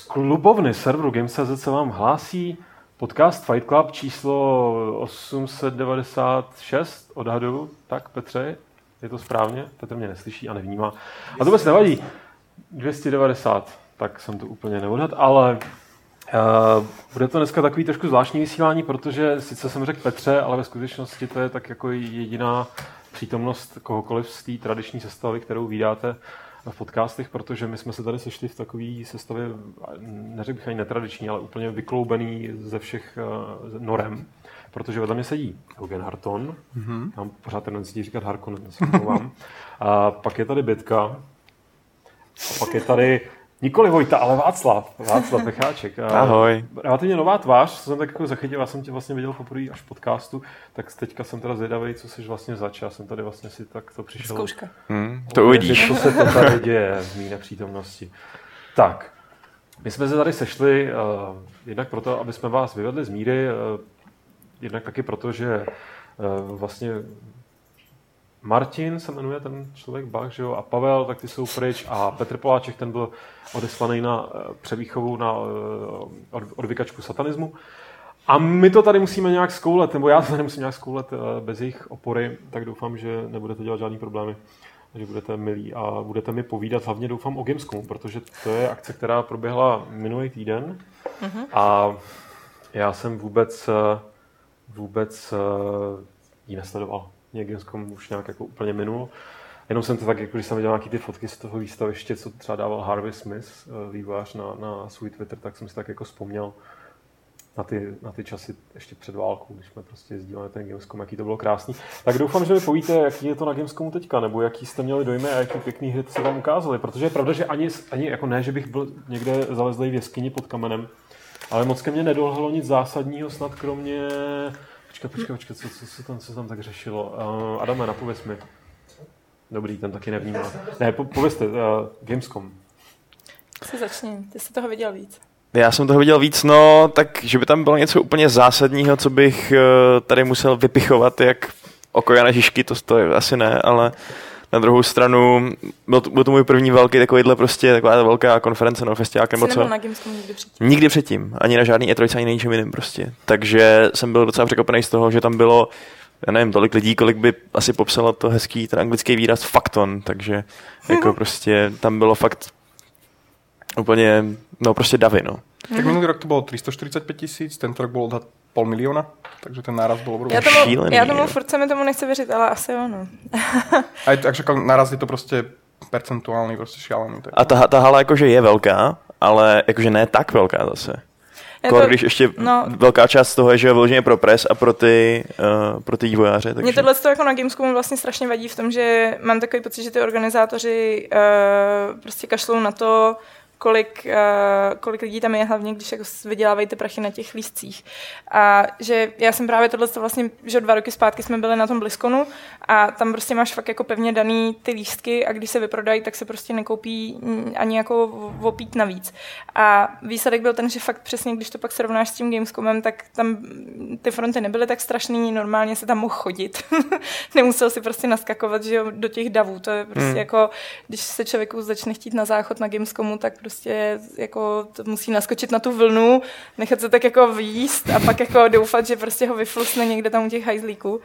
klubovny serveru Games.cz se vám hlásí podcast Fight Club číslo 896, odhadu. Tak, Petře, je to správně? Petr mě neslyší a nevnímá. A to vůbec nevadí. 290, tak jsem to úplně neodhad, ale bude to dneska takový trošku zvláštní vysílání, protože sice jsem řekl Petře, ale ve skutečnosti to je tak jako jediná přítomnost kohokoliv z té tradiční sestavy, kterou vídáte v podcastech, protože my jsme se tady sešli v takové sestavě, neřekl bych ani netradiční, ale úplně vykloubený ze všech norem, protože vedle mě sedí Eugen Harton, mám pořád tendenci říkat Harkon, a pak je tady Bětka, a pak je tady nikoli Vojta, ale Václav Pecháček. Ahoj. Relativně nová tvář, co jsem tak jako zachytil, já jsem tě vlastně viděl poprvé až v podcastu, tak teďka jsem teda zvědavý, co jsi vlastně zač. Já jsem tady vlastně si tak to přišel. Zkouška. To uvidíš. Co se to tady děje v mý nepřítomnosti. Tak, my jsme se tady sešli jednak proto, aby jsme vás vyvedli z míry, jednak taky proto, že vlastně Martin se jmenuje ten člověk Bach, že jo, a Pavel, tak ty jsou pryč a Petr Poláček, ten byl odeslaný na převýchovu na odvykačku satanismu. A my to tady musíme nějak zkoulet, nebo já to tady musím nějak zkoulet bez jejich opory, tak doufám, že nebudete dělat žádný problémy, že budete milí a budete mi povídat, hlavně doufám o Gamescomu, protože to je akce, která proběhla minulý týden a já jsem vůbec ji nesledoval. Mě Gamescom už nějak jako úplně minul. Jenom jsem to tak, jako když jsem viděl nějaký ty fotky z toho výstaviště, co třeba dával Harvey Smith, vývojář na svůj Twitter, tak jsem si tak jako vzpomněl na ty časy ještě před válkou, když jsme prostě jezdili na ten Gamescom, jaký to bylo krásný. Tak doufám, že mi povíte, jaký je to na Gamescomu teďka, nebo jaký jste měli dojmy a jaký pěkný hry se vám ukázaly, protože je pravda, že ani jako ne, že bych byl někde zalezlej v jeskyni pod kamenem, ale moc ke mně nedohlo nic zásadního, snad kromě... Počkej, co tam tak řešilo? Adame, napověz mi. Dobrý, ten taky nevnímá. Ne, povězte, Gamescom. Se začni, ty jsi toho viděl víc. Já jsem toho viděl víc, no, tak že by tam bylo něco úplně zásadního, co bych tady musel vypichovat, jak oko Jana Žižky, to asi ne, ale na druhou stranu byl to můj první velký takovýhle prostě taková velká konference, no, festiák nebo co. Jsi nebyl na Gamescomu nikdy předtím? Nikdy předtím, ani na žádný E3, ani na ničem jiným prostě. Takže jsem byl docela překvapený z toho, že tam bylo, já nevím, tolik lidí, kolik by asi popsalo to hezký, ten anglický výraz fakton, takže jako prostě tam bylo fakt úplně, no prostě davy, no. Tak minulý rok to bylo 345 000, tento rok bylo odhad 500 000, takže ten náraz byl obrovský. Já tomu furt se mi tomu nechci věřit, ale asi jo, no. Takže náraz je to prostě percentuálny, prostě šialený. Tak. A ta hala jakože je velká, ale jakože ne tak velká zase. Když ještě velká část toho je, že je vyloženě pro pres a pro ty vývojáře. Takže... Mě tohle jako na Gamescomu vlastně strašně vadí v tom, že mám takový pocit, že ty organizátoři prostě kašlou na to, kolik lidí tam je, hlavně když jako vydělávají ty prachy na těch lístcích. A že já jsem právě tohle vlastně, že 2 roky zpátky jsme byli na tom BlizzConu a tam prostě máš fakt jako pevně daný ty lístky a když se vyprodají, tak se prostě nekoupí ani jako opít navíc. A výsledek byl ten, že fakt přesně, když to pak srovnáš s tím Gamescomem, tak tam ty fronty nebyly tak strašný, normálně se tam mohl chodit. Nemusel si prostě naskakovat, že jo, do těch davů. To je prostě jako, když se člověku začne chtít na záchod na Gamescomu, tak prostě jako to musí naskočit na tu vlnu, nechat se tak jako výjíst a pak jako doufat, že prostě ho vyflusne někde tam u těch hajzlíků.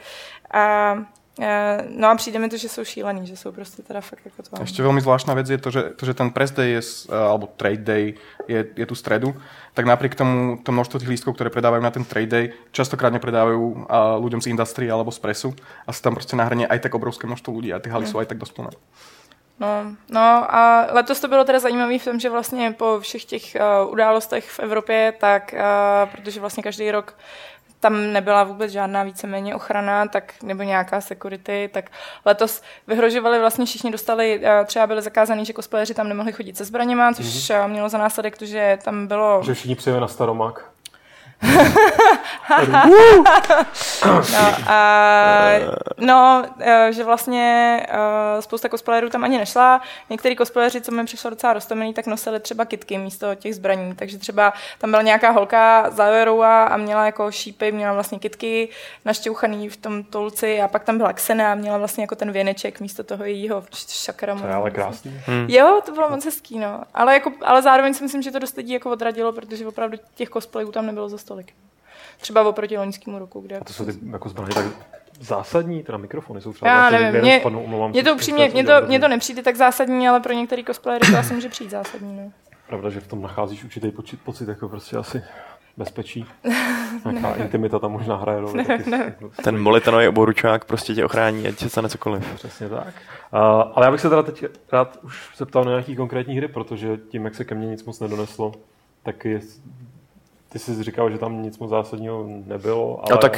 No a přijde mi to, že jsou šílený, že jsou prostě teda fakt jako to. Ešte veľmi zvláštna vec je to, že ten press day alebo trade day je tu stredu, tak napriek tomu to množstvo tých lístkov, ktoré predávajú na ten trade day, častokrát nepredávajú ľuďom z industrie alebo z presu a sa tam proste nahrnie aj tak obrovské množstvo ľudí a ty haly sú aj tak dosť plné. No a letos to bylo teda zajímavé v tom, že vlastně po všech těch událostech v Evropě, tak protože vlastně každý rok tam nebyla vůbec žádná víceméně ochrana, tak nebo nějaká security, tak letos vyhrožovali vlastně všichni dostali, třeba byli zakázaný, že cosplayeři tam nemohli chodit se zbraněma, což mělo za následek to, že tam bylo... Že všichni přijeli na Staromák. Že vlastně spousta cosplayerů tam ani nešla. Některý cosplayeři, co mi přišlo docela roztomilý, tak nosili třeba kytky místo těch zbraní. Takže třeba tam byla nějaká holka Zajorová a měla jako šípy, měla vlastně kytky našťouchaný v tom tolci a pak tam byla Xena a měla vlastně jako ten věneček místo toho jejího šakramu. To je ale krásný. Jo, to bylo moc hezký, no. Ale zároveň si myslím, že to dost lidí jako odradilo, protože opravdu těch cosplayů tam nebylo za stolik. Třeba oproti loňskému roku, kde... A to jsou ty jako zbraně tak zásadní, teda mikrofony jsou třeba já zásadní. Nevím, mě to nepřijde tak zásadní, ale pro některý cosplayery to asi může přijít zásadní, no. Pravda, že v tom nacházíš určitý pocit jako prostě asi bezpečí. Nějaká intimita tam možná hraje roli. Ten molitanový oboručák prostě tě ochrání, ať se stane cokoliv. Přesně tak. Ale já bych se teda teď rád už zeptal na nějaký konkrétní hry, protože tím, jak se ke mně nic moc nedoneslo, tak ty jsi říkal, že tam nic moc zásadního nebylo, ale... No tak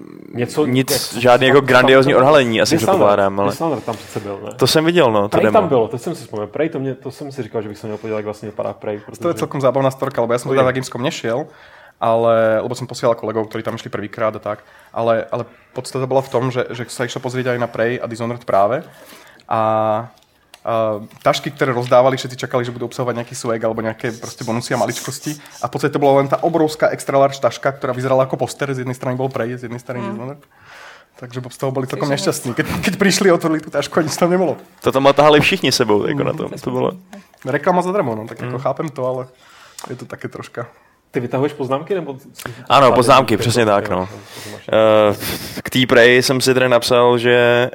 žádný jako grandiozní odhalení asi předpokládám, ale... Dishonored tam přece byl, ne? To jsem viděl, no, to Prey demo. Tam bylo, teď jsem si vzpomněl. Prey, to jsem si říkal, že bych se měl podívat, jak vlastně vypadá Prey, protože... To je celkom zábavná storka, lebo ja som teda na Gamescom nešiel, lebo som posielal kolegov, ktorí tam išli prvýkrát a tak, ale podstata bola v tom, že sa išlo pozrieť aj na Prey a Dishonored práve a tašky, ktoré rozdávali, všetci čakali, že budú obsahovať nejaký swag alebo nejaké proste bonusy a maličkosti a v podstate to bola len tá obrovská extra large taška, ktorá vyzerala ako poster, z jednej strany bol Prey, z jednej strany Dishonored. Takže z toho boli celkom nešťastní. Keď prišli, otvorili tú tašku a nic tam nebolo. To tam tahali všichni sebou, jako na tom. To bylo... Reklama zadarmo, no, tak jako chápem to, ale je to také troška... Ty vytahuješ poznámky? Nebo... Ano, poznámky, přesně tak, no. K té Prey jsem si tedy napsal, že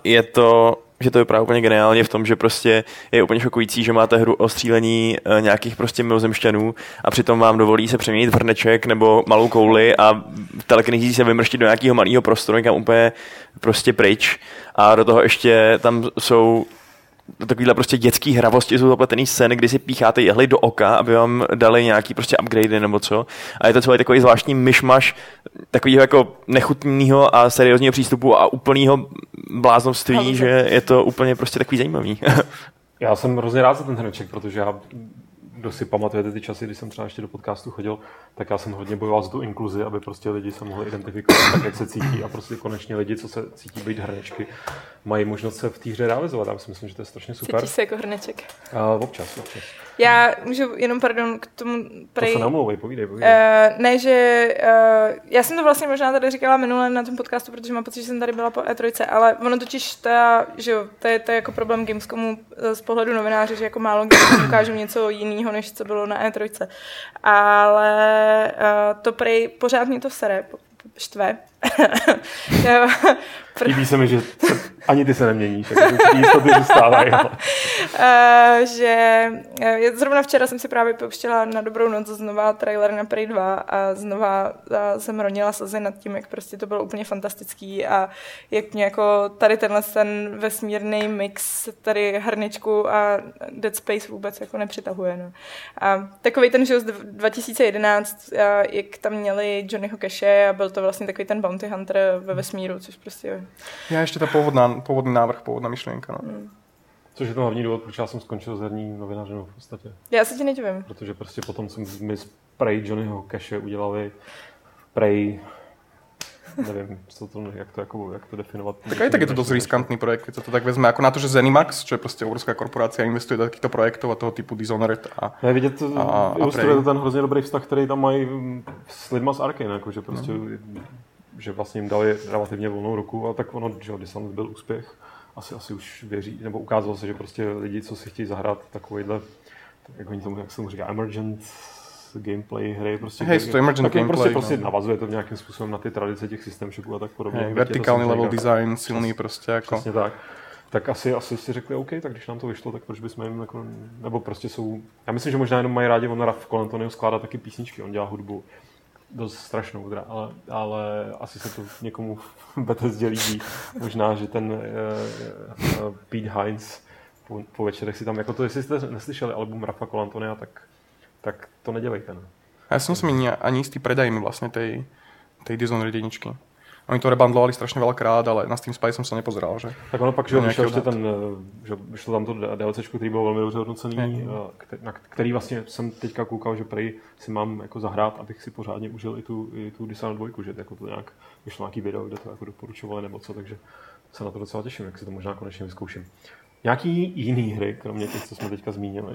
to vypadá úplně geniálně v tom, že prostě je úplně šokující, že máte hru o střílení nějakých prostě mimozemšťanů a přitom vám dovolí se přeměnit v hrneček nebo malou kouli a telekinezí se vymrštit do nějakého malého prostoru, někam úplně prostě pryč a do toho ještě tam jsou takovýhle prostě dětský hravosti, jsou zapletený scény, kdy si pícháte jehly do oka, aby vám dali nějaký prostě upgradey nebo co. A je to celý takový zvláštní myšmaš takového jako nechutného a seriózního přístupu a úplného bláznovství, že je to úplně prostě takový zajímavý. Já jsem hrozně rád za ten hrneček, protože kdo si pamatujete ty časy, kdy jsem třeba ještě do podcastu chodil, tak já jsem hodně bojoval za tu inkluzi, aby prostě lidi se mohli identifikovat tak, jak se cítí a prostě konečně lidi, co se cítí být hrnečky, mají možnost se v té hře realizovat. Já si myslím, že to je strašně super. Cítíš se jako hrneček? Občas. Já můžu jenom, k tomu Prey... To se neomlouvej, povídej. Ne, že já jsem to vlastně možná tady říkala minule na tom podcastu, protože mám pocit, že jsem tady byla po E3, ale ono totiž to je jako problém Gamescomu z pohledu novináře, že jako málo kdy ukážu něco jiného, než co bylo na E3. Ale to Prey pořád mě to sere, štve. Líbí se mi, že ani ty se neměníš, tak jistoty zůstávají. Že zrovna včera jsem si právě pouštěla na dobrou noc znova trailer na Prey 2 a znova jsem ronila slzy nad tím, jak prostě to bylo úplně fantastický a jak mě jako tady ten vesmírný mix tady hrničku a Dead Space vůbec jako nepřitahuje. No. A takový ten žil z 2011, jak tam měli Johnnyho Cashe a byl to vlastně takový ten bounty hunter ve vesmíru, což prostě... Ja ešte tá pôvodný návrh, pôvodná myšlienka. No. Což je to hlavní důvod, proč já jsem skončil s herní novinářinou v podstatě. Já se ti nedivím. Protože prostě potom jsme my z Prey Johnnyho Cashe udělali Prey, nevím, jak to definovat. Tak aj tak je to dosť riskantný projekt, keď sa to tak vezme, ako na to, že Zenimax, čo je prostě obrovská korporácia, investuje do takýchto projektov a toho typu Dishonored a ne, vidět, ilustruje to ten hrozně dobrý vztah, který tam mají s lidma z Arkane, jako, že prostě že vlastně jim dali relativně volnou ruku, ale tak ono, že Dishonored byl úspěch, asi už věří, nebo ukázalo se, že prostě lidi, co si chtějí zahrát takovýhle, tak jak oni tomu, jak se tomu říká, emergent gameplay hry, prostě to emergent gameplay, prostě, prostě navazuje to nějakým způsobem na ty tradice těch systém shocků a tak podobně. Vertikální level design, silný prostě jako. Přesně tak. Tak asi si řekli, OK, tak když nám to vyšlo, tak proč bychom jim jako, nebo prostě jsou, já myslím, že možná jenom mají rádi, on Raf Colantonio skládá taky písničky, on dělá hudbu dost strašnou, ale asi se to někomu v Bethesdě líbí. Možná, že ten Pete Hines po večerech si tam, jako to, jestli jste neslyšeli album Rafa Colantonia, tak to nedělejte. Ne? Ja som si ani istý predajmi vlastne tej Dishonored jedničky. Oni to rebundlovali strašne veľakrát, ale na Steam Spy som sa nepozeral, že? Tak ono pak, že vyšlo tam to DLCčko, který byl velmi dobře hodnocený, na který vlastně jsem teďka koukal, že prej si mám jako zahrát, abych si pořádně užil i tu Dishonored 2, že jako to nějak vyšlo nějaký video, kde to jako doporučovali nebo co, takže se na to docela těším, jak si to možná konečně vyzkouším. Nějaký jiný hry, kromě těch, co jsme teďka zmínili?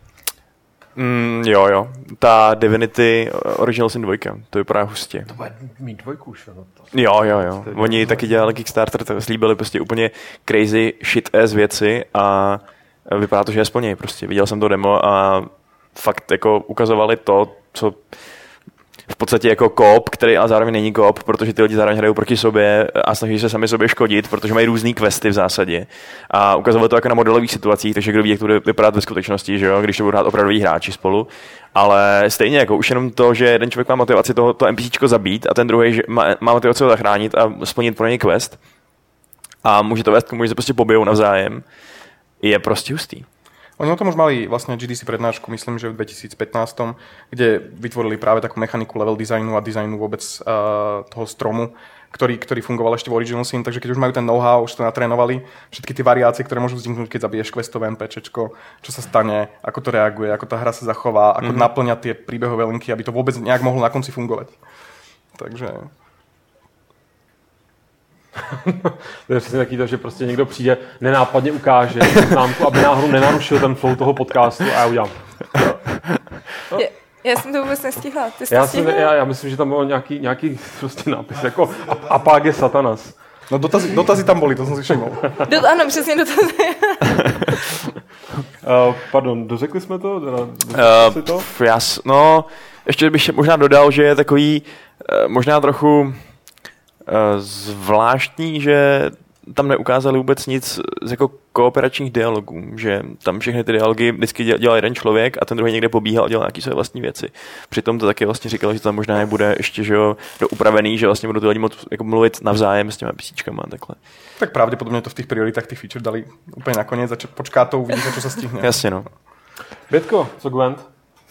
Jo. Ta Divinity Original Sin 2, to vypadá hustě. To bude mít 2 už, no. Jo. Oni taky dělali Kickstarter, tak slíbili prostě úplně crazy shit ass věci a vypadá to, že je splnějí prostě. Viděl jsem to demo a fakt jako ukazovali to, co v podstatě jako koop, který ale zároveň není koop, protože ty lidi zároveň hrajou proti sobě a snaží se sami sobě škodit, protože mají různý questy v zásadě. A ukazovalo to jako na modelových situacích, takže kdo ví, jak to bude vypadat ve skutečnosti, že jo, když to budou hrát opravdoví hráči spolu. Ale stejně jako už jenom to, že jeden člověk má motivaci to NPCčko zabít a ten druhý má motivaci ho zachránit a splnit pro něj quest. A může to vést k tomu, že se prostě pobijou navzájem. Je prostě hustý. Oni o tom už mali vlastne GDC prednášku, myslím, že v 2015, kde vytvorili práve takú mechaniku level designu a dizajnu vôbec toho stromu, ktorý fungoval ešte v Original Sin, takže keď už majú ten know-how, už to natrénovali, všetky tie variácie, ktoré môžu vzniknúť, keď zabiješ questové NPčečko, čo sa stane, ako to reaguje, ako tá hra sa zachová, ako naplňa tie príbehové linky, aby to vôbec nejak mohlo na konci fungovať. Takže... To je přesně taky to, že prostě někdo přijde, nenápadně ukáže známku, aby náhodou nenarušil ten flow toho podcastu a já udělám. Já jsem to vůbec nestihla. Ty jsi to já myslím, že tam byl nějaký prostě nápis, jako Apage Satanas. No dotazy tam byly, to jsem si všiml. Ano, přesně dotazy. Pardon, dořekli jsme to? Ještě bych možná dodal, že je takový možná trochu zvláštní, že tam neukázali vůbec nic z jako kooperačních dialogů, že tam všechny ty dialogy vždycky dělal jeden člověk a ten druhý někde pobíhal a dělal nějaké své vlastní věci. Přitom to taky vlastně říkalo, že tam možná bude ještě že jo, doupravený, že vlastně budou ty lidi moc jako mluvit navzájem s těma písíčkama a takhle. Tak pravděpodobně to v těch prioritách těch feature dali úplně nakonec a počká to, uvidíte, co se stihne. Jasně, no. Bětko, co Gwent?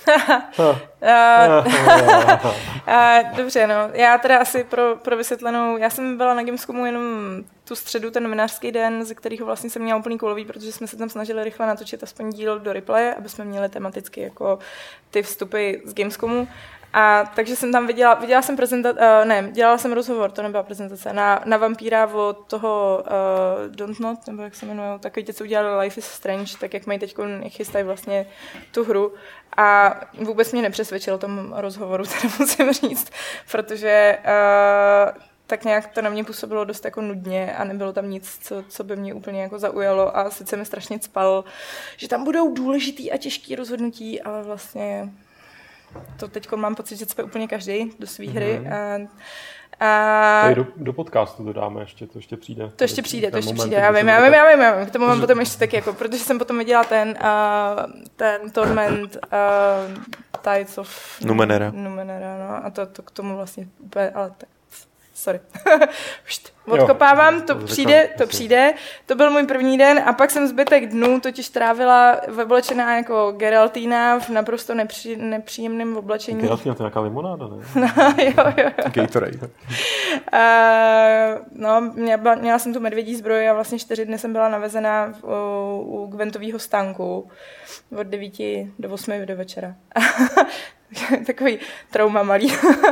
Dobře, no. Já teda asi pro vysvětlenou, já jsem byla na Gamescomu jenom tu středu, ten novinářský den, ze kterého vlastně jsem měla úplný kulový, protože jsme se tam snažili rychle natočit aspoň díl do replaye, aby jsme měli tematicky jako ty vstupy z Gamescomu. A takže jsem tam viděla jsem dělala jsem rozhovor, to nebyla prezentace, na vampíra od toho Don't Not, nebo jak se jmenují, takový ty, co udělali Life is Strange, tak jak mají teď, jak chystají vlastně tu hru. A vůbec mě nepřesvědčil tom rozhovoru, teda musím říct, protože tak nějak to na mě působilo dost jako nudně a nebylo tam nic, co by mě úplně jako zaujalo a sice mi strašně cpal, že tam budou důležitý a těžký rozhodnutí, ale vlastně to teď mám pocit, že cpe úplně každý do své hry. A do podcastu to dáme ještě, to ještě přijde. To ještě přijde, já vím. K tomu mám potom ještě tak jako, protože jsem potom viděla ten Torment Tides of Numenera, no, a to k tomu vlastně úplně, ale tak, sorry. Odkopávám, to přijde. To byl můj první den a pak jsem zbytek dnů totiž trávila oblečená jako Geraltína v naprosto nepříjemném oblečení. Geraltína, to je nějaká limonáda, ne? No, jo. Gatorade. Měla jsem tu medvědí zbroj a vlastně 4 dny jsem byla navezená u Gwentovýho stánku od 9 do 8 do večera. Takový trauma malý.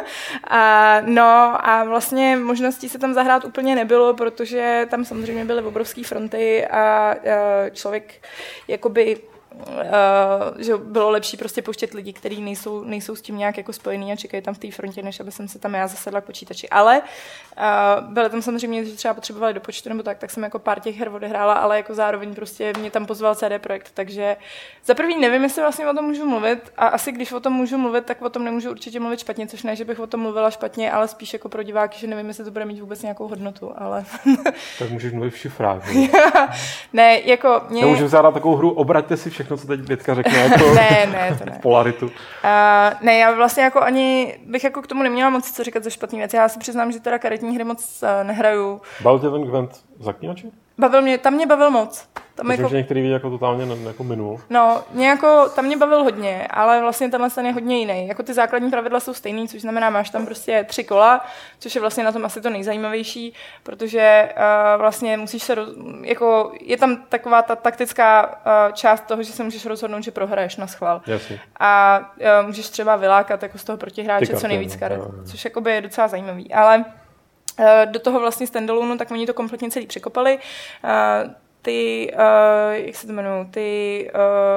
A vlastně možností se tam zahrát úplně nebylo, protože tam samozřejmě byly obrovské fronty a člověk jakoby že bylo lepší prostě pouštět lidi, kteří nejsou s tím nějak jako spojený a čekají tam v té frontě, než aby jsem se tam já zasedla k počítači. Ale byly tam samozřejmě, že třeba potřebovali do počtu nebo tak jsem jako pár těch her odehrála, ale jako zároveň prostě mě tam pozval CD Projekt, takže za první nevím, jestli vlastně o tom můžu mluvit a asi když o tom můžu mluvit, tak o tom nemůžu určitě mluvit špatně, což ne, že bych o tom mluvila špatně, ale spíš jako pro diváky, že nevím, jestli to bude mít vůbec nějakou hodnotu, ale... Tak můžeš mluvit v šifrách. Ne, jako... Nemůžu zahrát takovou hru, obraťte si všechno, co teď Bětka řekne, jako ne, to ne. Polaritu. Ne, já vlastně jako ani bych jako k tomu neměla moc co říkat za špatný věc. Já si přiznám, že teda karetní hry moc nehraju. Bál tě ten Gwent Zaklínače? Tam mě bavil moc. Tam Myslím, že některý vidí jako totálně jako minul. No, nějako, tam mě bavil hodně, ale vlastně tenhle ten je hodně jiný. Jako ty základní pravidla jsou stejný, což znamená, máš tam prostě 3 kola, což je vlastně na tom asi to nejzajímavější, protože vlastně musíš se, jako je tam taková ta taktická část toho, že se můžeš rozhodnout, že prohraješ na schvál. Jasně. A můžeš třeba vylákat jako z toho protihráče co nejvíc karet, což jakoby je docela zajímavý. Ale do toho vlastně standalone, tak oni to kompletně celý překopali. Ty, jak se to jmenují, ty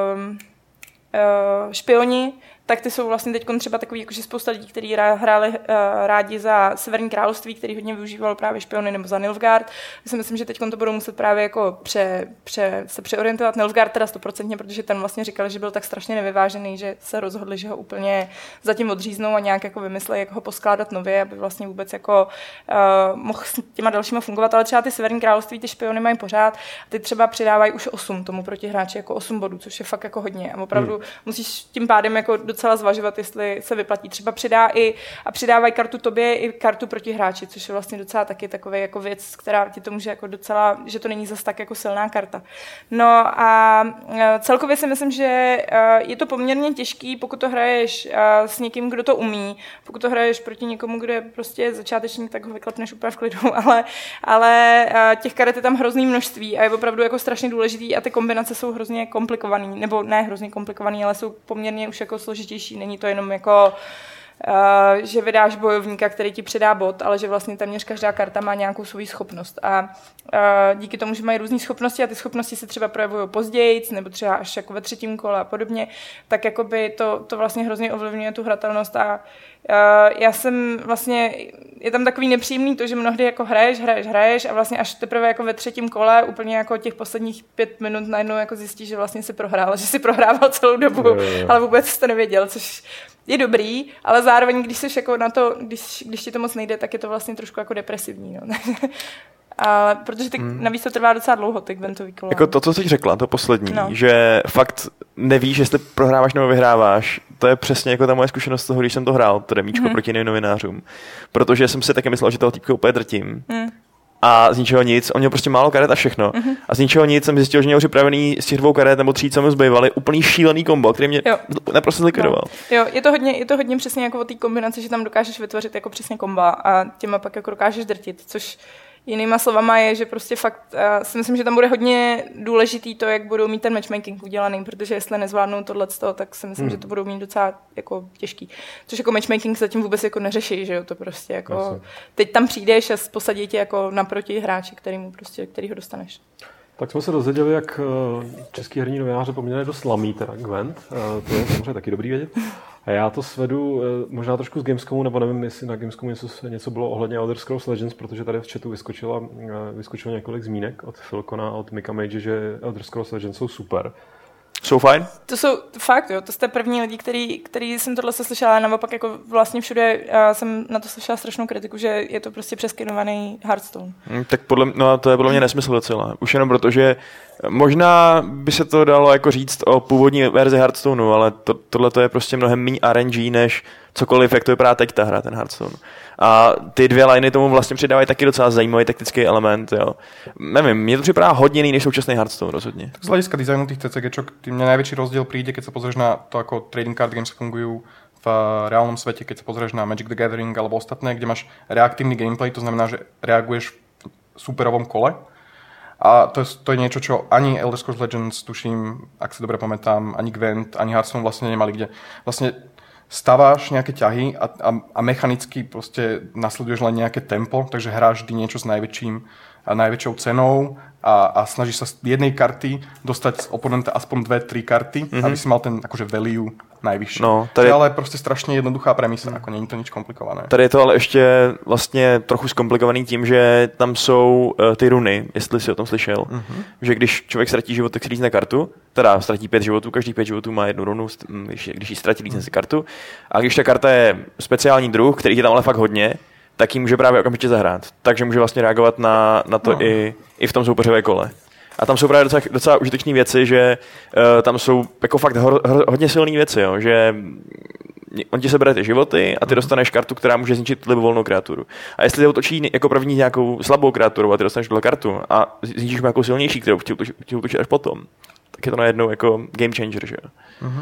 špioni, tak ty jsou vlastně teď třeba takový, jakože spousta lidí, kteří hráli rádi za Severní království, který hodně využíval právě špiony, nebo za Nilfgaard. Já si myslím, že teď to budou muset právě jako se přeorientovat. Nilfgaard teda 100%, protože ten vlastně říkali, že byl tak strašně nevyvážený, že se rozhodli, že ho úplně zatím odříznou a nějak jako vymysleli, jak ho poskládat nově, aby vlastně vůbec jako mohl s těma dalšíma fungovat. Ale třeba ty Severní království, ty špiony mají pořád. A ty třeba přidávají už 8 tomu protihráči, jako 8 bodů, což je fakt jako hodně. A opravdu musíš tím pádem jako docela zvažovat, jestli se vyplatí. Třeba přidávají kartu tobě i kartu proti hráči, což je vlastně docela taky takový jako věc, která ti to může jako docela, že to není zas tak jako silná karta. No a celkově si myslím, že je to poměrně těžký, pokud to hraješ s někým, kdo to umí, pokud to hraješ proti někomu, kdo je prostě začátečník, tak ho vyklepneš úplně v klidu, ale těch karet je tam hrozný množství a je opravdu jako strašně důležitý a ty kombinace jsou hrozně komplikovaný, nebo ne hrozně komplikovaný, ale jsou poměrně už jako složitější. Není to jenom jako, že vydáš bojovníka, který ti přidá bod, ale že vlastně téměř každá karta má nějakou svou schopnost. A díky tomu, že mají různé schopnosti a ty schopnosti se třeba projevují později, nebo třeba až jako ve 3. kole a podobně, tak jakoby to vlastně hrozně ovlivňuje tu hratelnost a já jsem vlastně, je tam takový nepříjemný to, že mnohdy jako hraješ a vlastně až teprve jako ve 3. kole úplně jako těch posledních 5 minut najednou jako zjistíš, že vlastně si prohrál, že si prohrával celou dobu, ale vůbec jsi to nevěděl, což je dobrý, ale zároveň, když jsi jako na to, když ti to moc nejde, tak je to vlastně trošku jako depresivní. No. Ale protože navíc to trvá docela dlouho, ty eventový kola. Jako to, co jsi řekla, to poslední, že fakt nevíš, jestli prohráváš nebo vyhráváš, to je přesně jako ta moje zkušenost z toho, když jsem to hrál, to remíčko proti jiným novinářům. Protože jsem si taky myslel, že toho týpka úplně drtím. A z ničeho nic, on měl prostě málo karet a všechno. A z ničeho nic jsem zjistil, že měl připravený z těch 2 karet nebo 3, co mi zbývaly, úplný šílený kombo, který mě naprosto zlikvidoval. Jo, je to hodně přesně jako o té kombinaci, že tam dokážeš vytvořit jako přesně komba a těma pak jako dokážeš drtit, což jinýma slovama je, že prostě fakt si myslím, že tam bude hodně důležitý to, jak budou mít ten matchmaking udělaný, protože jestli nezvládnou tohleto, tak si myslím, že to budou mít docela jako těžký. Což jako matchmaking zatím vůbec jako neřeší, že jo, to prostě jako teď tam přijdeš a posadí tě jako naproti hráči, kterýho dostaneš. Tak jsme se dozvěděli, jak český herní novináře poměrně dost lamí teda Gwent, to je samozřejmě taky dobrý vědět. A já to svedu možná trošku z Gamescomu, nebo nevím, jestli na Gamescomu něco bylo ohledně Elder Scrolls Legends, protože tady v chatu vyskočilo několik zmínek od Filkona a od Mika Mage, že Elder Scrolls Legends jsou super. Jsou fajn? To jsou fakt, jo, to jste první lidi, který jsem tohle slyšela, ale naopak jako vlastně všude jsem na to slyšela strašnou kritiku, že je to prostě přeskinovaný Hearthstone. Tak to je podle mě nesmysl docela. Už jenom proto, že možná by se to dalo jako říct o původní verzi Hearthstoneu, ale tohle je prostě mnohem méně RNG než cokoliv, jak to vypadá teď ta hra, ten Hearthstone. A ty 2 liney tomu vlastně přidávají taky docela zajímavý taktický element, jo. Nevím, mně to připadá hodně jiný než současný Hearthstone rozhodně. Tak z hlediska designu tých CCGčok, mne najväčší rozdiel príde, keď sa pozrieš na to, ako trading card games fungujú v reálnom svete, keď sa pozrieš na Magic the Gathering alebo ostatné, kde máš reaktívny gameplay, to znamená, že reaguješ v superovom kole. A to je niečo, čo ani Elder Scrolls Legends, tuším, ak si dobre pamätám, ani Gwent, ani Hearthstone vlastne nemali, kde vlastne staváš nejaké ťahy a mechanicky proste nasleduješ len nejaké tempo, takže hráš vždy niečo s najväčšou cenou a snažíš sa z jednej karty dostať z oponenta aspoň 2-3 karty, aby si mal ten akože value najvyšší. No, tady... To je ale prostě strašně jednoduchá premisa, jako není to nič komplikované. Tady je to ale ještě vlastně trochu zkomplikovaný tím, že tam jsou ty runy, jestli jsi o tom slyšel, že když člověk ztratí život, tak si lízne kartu, teda ztratí 5 životů, každý 5 životů má 1 runu, když ji ztratí, lízne si kartu. A když ta karta je speciální druh, který je tam ale fakt hodně, tak ji může právě okamžitě zahrát. Takže může vlastně reagovat na to i v tom soupeřové kole. A tam jsou právě docela užitečné věci, že tam jsou jako fakt hodně silné věci, jo, že on ti sebere ty životy a ty dostaneš kartu, která může zničit libovolnou kreaturu. A jestli to otočí jako první nějakou slabou kreaturu a ty dostaneš tuhle kartu a zničíš nějakou silnější, kterou ti útočí až potom, tak je to najednou jako game changer, že jo.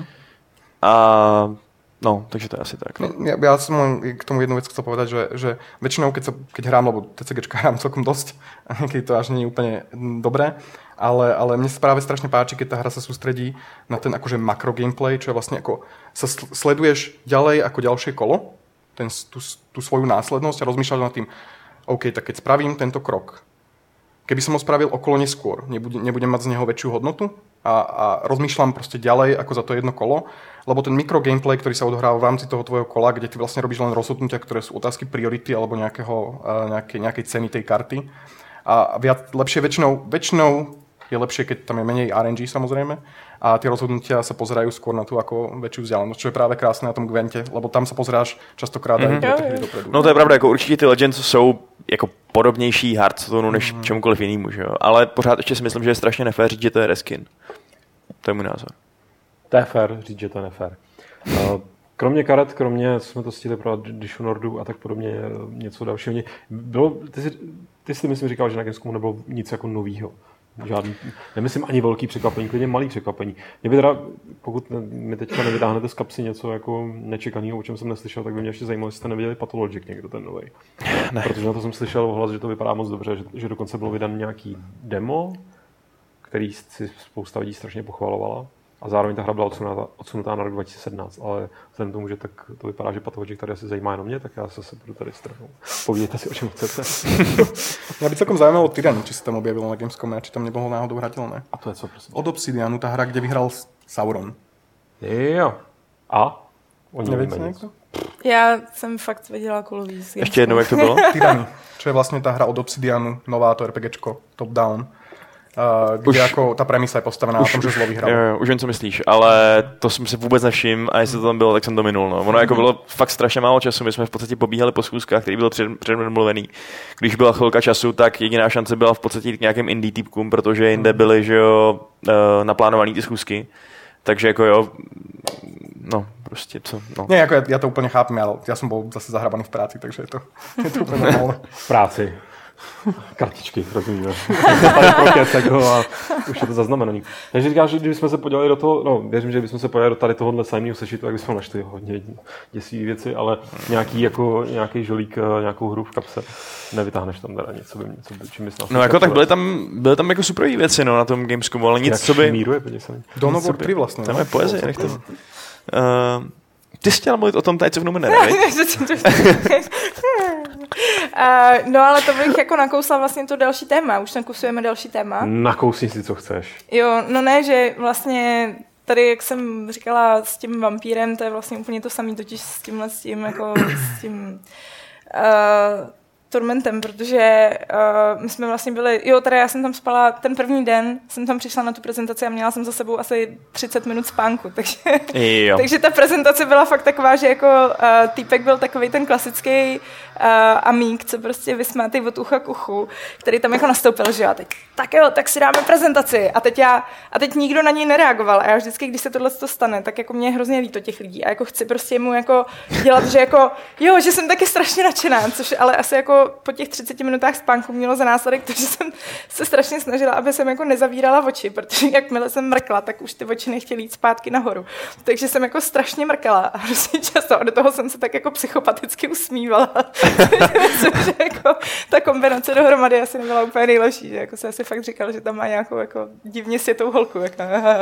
A no, takže to je asi tak. Ja som k tomu jednu vec chcel povedať, že väčšinou, keď hrám, lebo TCGčka hrám celkom dosť, a niekedy to až nie je úplne dobré, ale mne sa práve strašne páči, keď tá hra sa sústredí na ten akože makro gameplay, čo je vlastne ako sa sleduješ ďalej ako ďalšie kolo, tú svoju následnosť a rozmýšľaš nad tým, OK, tak keď spravím tento krok, keby som ho spravil okolo neskôr, nebudem mať z neho väčšiu hodnotu a rozmýšľam proste ďalej ako za to jedno kolo, lebo ten mikro gameplay, ktorý sa odohráva v rámci toho tvojho kola, kde ty vlastne robíš len rozhodnutia, ktoré sú otázky priority alebo nejakej ceny tej karty. A lepšie väčšinou je lepšie, keď tam je menej RNG samozrejme a tie rozhodnutia sa pozerajú skôr na tú ako väčšiu vzdialenosť, čo je práve krásne na tom Gwente, lebo tam sa pozeráš častokrát aj dopredu. No to je pravda, jako určitě ty Legends jsou jako podobnější Hearthstoneu než čemukoliv jinému, že jo? Ale pořád ještě si myslím, že je strašně nefér říct, že to je reskin. To je můj názor. To je fér říct, že to je nefér. Kromě karet, jsme to stihli pro Dishonoredu a tak podobně, něco dalšího. Ty jsi myslím říkal, že na Gamescomu nebylo nic jako novýho. Žádný, nemyslím ani velký překvapení, klidně malý překvapení. Mě by teda, pokud mi teďka nevytáhnete z kapsy něco jako nečekaného, o čem jsem neslyšel, tak by mě ještě zajímalo, jestli jste neviděli Pathologic někdo ten novej. Ne. Protože na to jsem slyšel ohlas, že to vypadá moc dobře, že dokonce bylo vydan nějaký demo, který si spousta lidí strašně pochvalovala. A zároveň ta hra byla odsunutá na rok 2017, ale vzhledem tomu, že tak to vypadá, že Pathologic tady asi zajímá jenom mě, tak já se budu tady strhnout. Povídejte si, o čem chcete. Mňa by celkom zaujímalo Tyranny, či sa tam objavilo na Gamescome, či tam nebolo náhodou hrateľné. A to je co, prosím? Od Obsidianu, tá hra, kde vyhral Sauron. Jo. A? Nevíte niekto? Já jsem fakt viděla kulový. Ještě jednou, jak to bylo? Tyranny, čo je vlastne tá hra od Obsidianu, nová to RPGčko, top-down. Kde jako ta premisa je postavená na tom, že zlo vyhrál. Jo, už vím, co myslíš, ale to jsem si vůbec nevšiml a jestli to tam bylo, tak jsem to minul. No. Ono jako bylo fakt strašně málo času, my jsme v podstatě pobíhali po schůzkách, který byl předmluvený. Když byla chvilka času, tak jediná šance byla v podstatě k nějakým indie typkům, protože jinde byly, že jo, naplánovaný ty schůzky. Takže jako jo, no prostě co, no. Nie, jako ja to úplne chápem, ale ja som bol zase zahrabaný v práci, takže je to úplne normálne. V práci. Kartičky, rozumíme. Tady prokec, a už je to zaznamenaný. Takže říkáš, že kdybychom se podívali do toho, no věřím, že bychom se podívali do tady tohohle sajemného sešitu, tak bychom našli hodně děsivý věci, ale nějaký žolík, nějakou hru v kapse nevytáhneš tam teda něco, čím bys nás. No jako tak byly tam jako super věci, no, na tom Gamescomu, ale nic, co by... Šmíruje, Dawn of War 3 vlastně. Tam je poezie, nech to. Ty jsi chtěla mluvit o tom Tides of Numenera, no ale to bych jako nakousla vlastně to další téma. Už nakousujeme další téma. Nakousni si, co chceš. Jo, no ne, že vlastně tady, jak jsem říkala s tím vampírem, to je vlastně úplně to samé, totiž s tím Tormentem, protože my jsme vlastně byli, teda já jsem tam spala, ten první den jsem tam přišla na tu prezentaci a měla jsem za sebou asi 30 minut spánku, takže ta prezentace byla fakt taková, že jako týpek byl takovej ten klasický amík, co prostě vysmátej od ucha k uchu, který tam jako nastoupil, že jo, tak si dáme prezentaci a teď nikdo na něj nereagoval a já vždycky, když se tohle stane, tak jako mě je hrozně líto těch lidí a jako chci prostě mu jako dělat, že jako jo, že jsem taky strašně nadšená, což ale asi jako po těch 30 minutách spánku mělo za následek to, že jsem se strašně snažila, aby jsem jako nezavírala oči, protože jakmile jsem mrkla, tak už ty oči nechtěly jít zpátky nahoru. Takže jsem jako strašně mrkala a hrozně často a do toho jsem se tak jako psychopaticky usmívala. Myslím, že jako ta kombinace dohromady asi nebyla úplně nejlepší, že jako se asi fakt říkal, že tam má nějakou jako divně světou holku. Jako.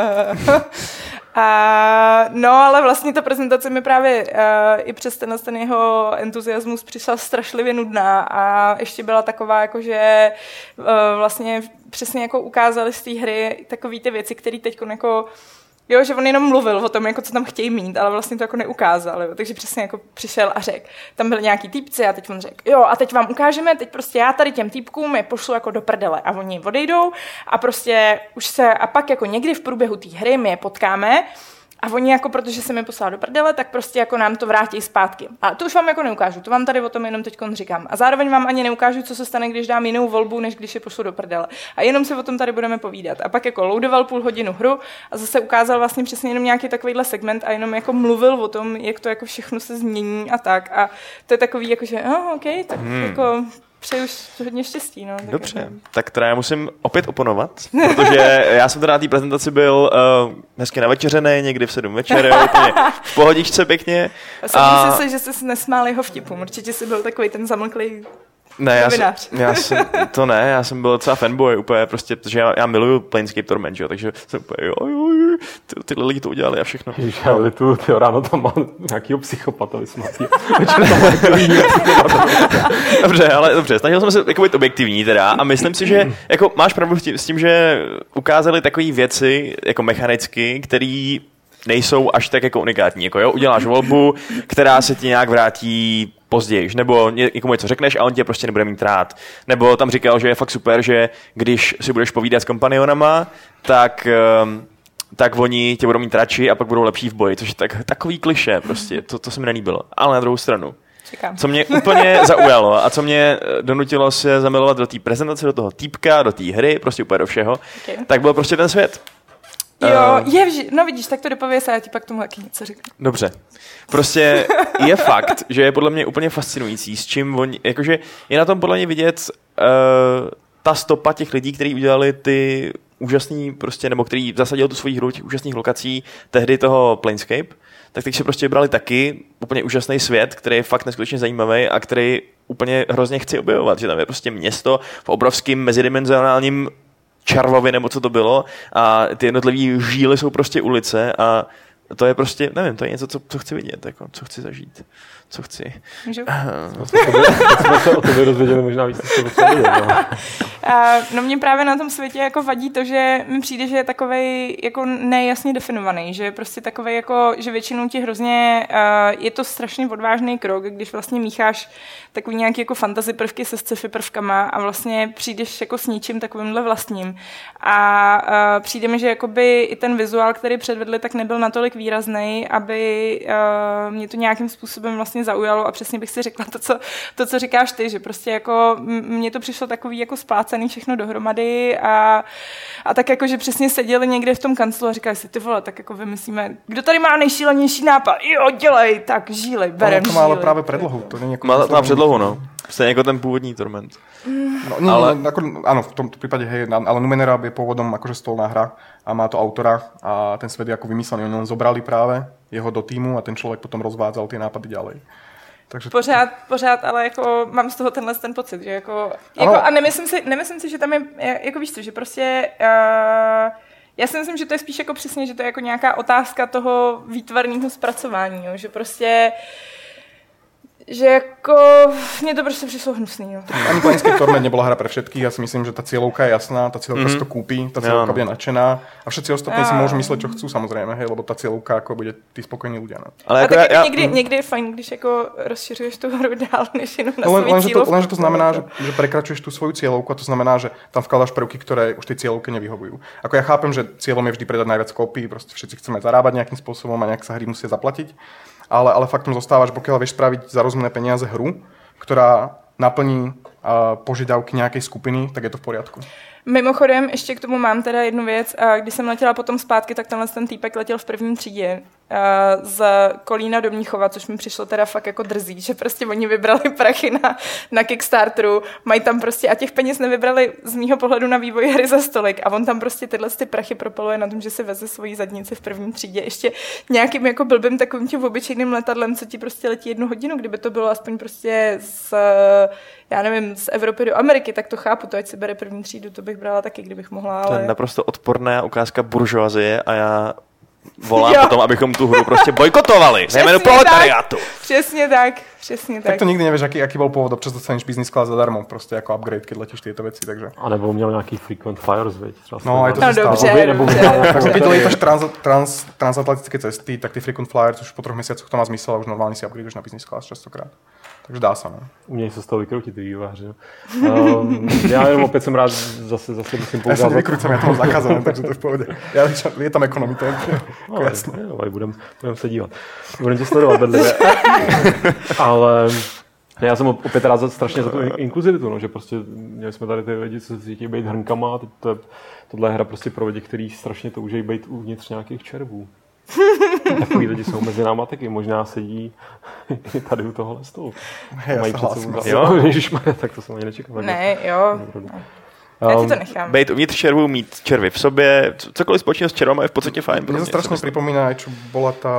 No, ale vlastně ta prezentace mi právě i přes ten jeho entuziasmus přišla strašlivě nudná a ještě byla taková, jako že vlastně přesně jako ukázali z té hry takový ty věci, které teď jako jo, že on jenom mluvil o tom, jako co tam chtějí mít, ale vlastně to jako neukázal, jo. Takže přesně jako přišel a řekl, tam byli nějaký týpci a teď on řekl, jo, a teď vám ukážeme, teď prostě já tady těm týpkům je pošlu jako do prdele a oni odejdou a prostě už se, a pak jako někdy v průběhu té hry my je potkáme A oni jako, protože se mi poslal do prdele, tak prostě jako nám to vrátí zpátky. A to už vám jako neukážu, to vám tady o tom jenom teďkon říkám. A zároveň vám ani neukážu, co se stane, když dám jinou volbu, než když je pošlu do prdele. A jenom si o tom tady budeme povídat. A pak jako loadoval půl hodinu hru a zase ukázal vlastně přesně jenom nějaký takovýhle segment a jenom jako mluvil o tom, jak to jako všechno se změní a tak. A to je takový jako, že OK, tak jako přeju hodně štěstí. No, dobře, tak teda já musím opět oponovat, protože já jsem teda na té prezentaci byl hezky navečeřený, někdy v 7 večer, úplně v pohodičce pěkně. A si, že jsi nesmál jeho vtipům, určitě jsi byl takový ten zamlklý ne, já jsem byl docela fanboy úplně prostě, protože já miluju Planescape Torment, jo, takže jsem úplně tyhle lidi to udělali a všechno. Ježiš, já litu, ráno tam mám nějakýho psychopata vysmátý. Dobře, snažil jsem se jako být objektivní teda a myslím si, že jako máš pravdu s tím, že ukázali takové věci jako mechanicky, které nejsou až tak jako unikátní. Jako jo, uděláš volbu, která se ti nějak vrátí později, nebo někomu něco řekneš a on tě prostě nebude mít rád. Nebo tam říkal, že je fakt super, že když si budeš povídat s kompanionama, tak oni tě budou mít radši a pak budou lepší v boji, což je takový klišé prostě, to se mi nelíbilo. Ale na druhou stranu, co mě úplně zaujalo a co mě donutilo se zamilovat do té prezentace, do toho týpka, do té hry, prostě úplně do všeho, tak byl prostě ten svět. Jo, no vidíš, tak to dopověz a já ti pak tomu taky něco řeknu. Dobře. Prostě je fakt, že je podle mě úplně fascinující, s čím oni, jakože je na tom podle mě vidět ta stopa těch lidí, kteří udělali ty úžasný prostě, nebo který zasadil tu svoji hru těch úžasných lokací tehdy toho Planescape, tak teď si prostě brali taky úplně úžasný svět, který je fakt neskutečně zajímavý a který úplně hrozně chci objevovat, že tam je prostě město v obrovském mezidimenzionálním Čarvovi, nebo co to bylo, a ty jednotlivý žíly jsou prostě ulice a to je prostě, nevím, to je něco, co chci vidět, jako, co chci zažít, co chci. Můžu? Jsme se o tobě dozvěděli možná víc, než to vidět, no mě právě na tom světě jako vadí to, že mi přijde, že je takovej jako nejasně definovaný, že je prostě takovej jako, že většinou ti hrozně, je to strašně odvážný krok, když vlastně mícháš takový nějaký jako fantasy prvky se sci-fi prvkama a vlastně přijdeš jako s něčím takovýmhle vlastním. A přijde mi, že jakoby i ten vizuál, který předvedli, tak nebyl natolik výrazný, aby mě to nějakým způsobem vlastně zaujalo a přesně bych si řekla to, co říkáš ty, že prostě jako mně to přišlo takový jako splácený všechno dohromady a tak jako, že přesně seděli někde v tom kanclu a říkali si, ty vole, tak jako vymyslíme, kdo tady má nejšílenější nápad, jo, dělej, tak žíly, berem žíly. To má ale právě predlohu. To není jako má předlohu, no. Stejně jako ten původní Torment. No, ale áno, v tomto prípade, hej, ale Numenera je pôvodom akože stolná hra a má to autora a ten svet je ako vymyslený. Oni len zobrali práve jeho do týmu a ten človek potom rozvádzal tie nápady ďalej. Takže... Pořád, ale jako mám z toho ten pocit, že jako a nemyslím si, že tam je, jako víš co, že prostě já si myslím, že to je spíš jako přesně, že to je jako nějaká otázka toho výtvarného zpracování, jo, že prostě že jako mne to prostě přišlo hnusný. Jo. Ani Planescape Torment nebola hra pre všetkých. Ja si myslím, že tá cieľovka je jasná, tá cieľovka si to kúpi, tá cieľovka bude nadšená a všetci ostatní si môžu mysleť, čo chcú, samozrejme, hej, lebo tá cieľovka ako bude tí spokojní ľudia. No. Ale jako někdy je fajn, když jako rozšiřuješ tu hru dál, než jenom na svou cieľovku. Lenže to znamená, že prekračuješ tú svoju cieľovku a to znamená, že tam vkladáš prvky, ktoré už tej cieľovke nevyhovujú. Ako ja chápem, že cieľom je vždy predať najviac kópií, proste všetci chceme zarábať nejakým spôsobom a nejak sa hry musia zaplatiť. Ale faktom zostáva, že pokiaľ vieš spraviť za rozumné peniaze hru, ktorá naplní požiadavky nejakej skupiny, tak je to v poriadku. Mimochodem, ještě k tomu mám teda jednu věc. Když jsem letěla potom zpátky, tak tenhle ten týpek letěl v první třídě z Kolína do Mnichova, což mi přišlo teda fakt jako drzí, že prostě oni vybrali prachy na Kickstarteru, mají tam prostě a těch peněz nevybrali z mýho pohledu na vývoj hry za stolik a on tam prostě tyhle ty prachy propaluje na tom, že si veze svoji zadnici v první třídě ještě nějakým jako blbým takovým tím obyčejným letadlem, co ti prostě letí 1 hodinu, kdyby to bylo aspoň prostě já nevím, z Evropy do Ameriky, tak to chápu, to ať si bere první třídu, to bych brala taky, kdybych mohla, ale... To je naprosto odporná ukázka buržoazie a já volám potom, abychom tu hru prostě bojkotovali. Zejména proletariátu. Přesně tak. Tak to nikdy nevieš, aký bol pôvod, občas dostaneš business class zadarmo, prostě jako upgrade, keď letíš tieto veci, takže... A nebo měl nějaký frequent flyers, veď? No, aj to se stalo. Takže keď letáš transatlantické cesty, tak ty frequent flyers už po 3 mesiacoch to má zmysel a už normálne si upgradeuješ na business class častokrát. Takže dá se, no. Umějí se z toho vykroutit ty vývojáři. Já jenom opět jsem rád zase musím poukázat. Já se nevykrucím, já to mám zakázané, takže to je v pohodě. Je tam ekonomii, to je jasné. Budeme se dívat. Budeme tě sledovat bedlivě. Ale já jsem opět rád strašně za tu inkluzivitu, no, že prostě měli jsme tady ty lidi, co se cítí být hrnkama a tohle je hra prostě pro lidi, kteří strašně toužejí být uvnitř nějakých červů. Takový lidi jsou mezi náma taky, možná sedí tady u tohohle stolu. Já se hlásím. Jo, ježišmarja, tak to jsem ani nečekal. Ne, jo. Já ti to nechám. Bejt uvnitř červů, mít červy v sobě, cokoliv společného s červama je v podstatě fajn. Mně to strašně připomíná, čo bola tá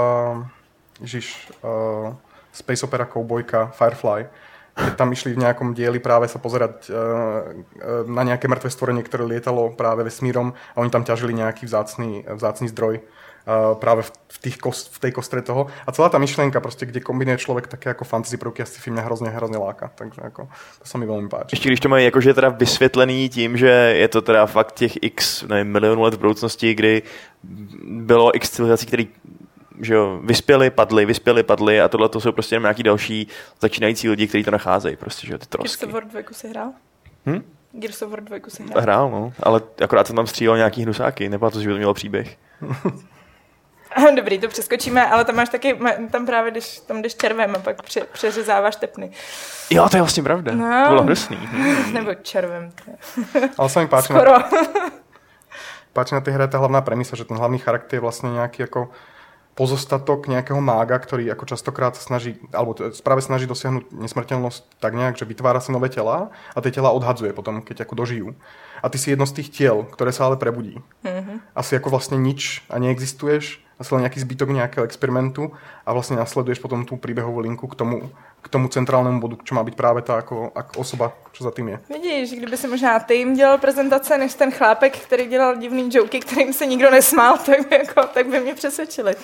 Space Opera Cowboyka Firefly, keď tam išli v nejakom dieli práve sa pozerať na nejaké mŕtve stvorenie, ktoré lietalo práve vesmírom a oni tam ťažili nejaký vzácný zdroj práve v tej kostre toho. A celá tá myšlienka, prostě, kde kombinuje človek také jako fantasy prvky a sci-fi mě hrozně láka. Takže jako, to se mi velmi páči. Ještě když to mají jakože teda vysvětlený tím, že je to teda fakt těch milionů let v budoucnosti, kdy bylo x civilizací, který že jo, vyspěli, padli a tohle to jsou prostě nějaký další začínající lidi, kteří to nacházejí, prostě, že jo, ty trosky. Gears of War 2 si hrál? Gears of War 2 si hrál? Hrál, no, ale akorát jsem tam střílel nějaký hnusáky, nebylo to, že by to mělo příběh. Dobrý, to přeskočíme, ale tam máš taky, tam právě jdeš červem a pak přeřezáváš tepny. Jo, to je vlastně pravda, no, to bylo hnusný. Nebo červem. Ale sa mi páči. Skoro. Páči na tej hre tá hlavná premisa, že ten hlavný charakter je vlastne nejaký ako pozostatok nejakého mága, ktorý ako častokrát snaží, alebo práve snaží dosiahnuť nesmrteľnosť tak nejak, že vytvára si nové tela a tie tela odhadzuje potom, keď ako dožijú. A ty si jedno z tých tiel, ktoré sa ale prebudí. Asi ako vlastne nič a neexistuješ, asi len nejaký zbytok nejakého experimentu a vlastne nasleduješ potom tú príbehovú linku k tomu centrálnemu bodu, čo má být právě ta jako osoba, čo za tým je. Vidíš, kdyby si možná ty jim dělal prezentace, než ten chlápek, který dělal divný joky, kterým se nikdo nesmál, tak by mě přesvědčili.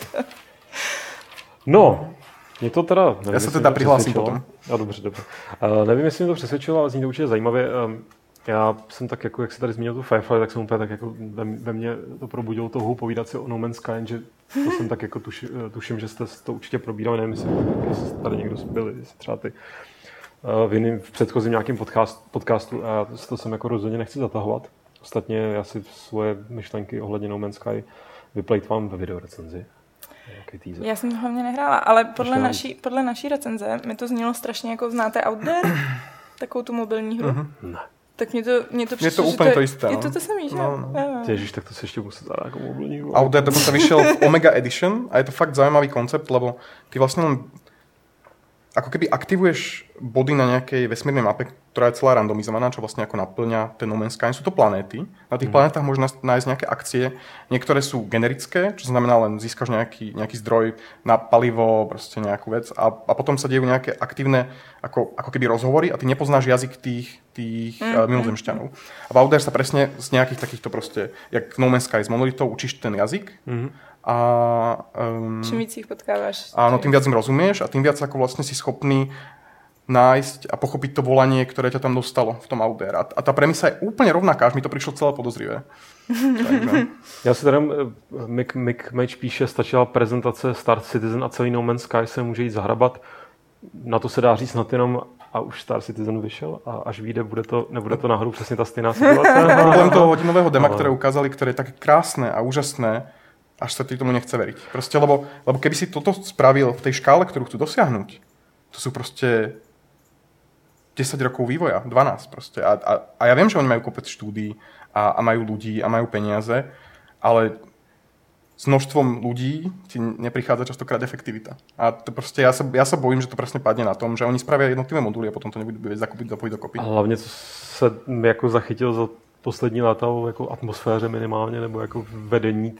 No, mě to teda... Nevím, já se teda přihlásím potom. Dobře. Nevím, jestli mě to přesvědčilo, ale zní to určitě zajímavě. Já jsem tak, jako, jak jsi tady zmínil tu Firefly, tak jsem úplně tak, jako ve mně to probudilo touhu povídat si o No Man's Sky, že to jsem tak jako tuším, že jste to určitě probírali, nevím, jestli tady někdo byl, jestli třeba ty v předchozím nějakým podcastu a to jsem jako rozhodně nechci zatahovat. Ostatně já si svoje myšlenky ohledně No Man's Sky vyplejtvám ve videorecenzi. Já jsem to hlavně nehrála, ale podle naší recenze mi to znělo strašně jako znáte Outdoor? Takovou tu mobilní hru? Ne. Tak mě to přišlo, je to úplně to jisté. Je to samý, že? No. Ježiš, tak to si ještě musí zahrát jako mobilní hru. Outdoor dokonce vyšiel v Omega Edition a je to fakt zaujímavý koncept, lebo ty vlastne len ako keby aktivuješ body na nejakej vesmírnej mape, ktorá je celá randomizovaná, čo vlastne ako naplňa ten No Man's Sky. Sú to planéty. Na tých planetách môžeš nájsť nejaké akcie. Niektoré sú generické, čo znamená len získaš nejaký zdroj na palivo, proste nejakú vec a potom sa dejú nejaké aktívne ako keby rozhovory a ty nepoznáš jazyk tých mimozemšťanov. A v Outdoor sa presne z nejakých takýchto proste, jak No Man's Sky z monolitov učíš ten jazyk. A čím víc ich potkávaš. Áno, tým viac im rozumieš a tým viac ako vlastne si schopný nájsť a pochopiť to volanie, ktoré ťa tam dostalo v tom Outdoor. A tá premisa je úplne rovnaká, až mi to prišlo celé podozrivé. Já si teda, Mick Mage píše, stačila prezentace Star Citizen a celý No Man's Sky se může jít zahrabat. Na to se dá říct snad jenom a už Star Citizen vyšel a až vyjde, nebude to náhodou přesně ta stejná situace. Problém toho hodinového dema, ktoré ukázali, ktoré je také krásne a úžasné, až sa tomu nechce veriť. Proste, lebo keby si toto spravil v tej škále, ktorú chcú dosiahnuť, to sú proste 10 rokov vývoja, 12 proste. A ja viem, že oni majú kopec štúdií a majú ľudí a majú peniaze, ale s množstvom ľudí ti neprichádza častokrát efektivita. A to proste, ja sa bojím, že to presne padne na tom, že oni spravia jednotlivé moduly a potom to nebudú vedieť zapojiť dokopy. A hlavně co se jako zachytil za poslední léta jako atmosféře minimálně, nebo jako vedení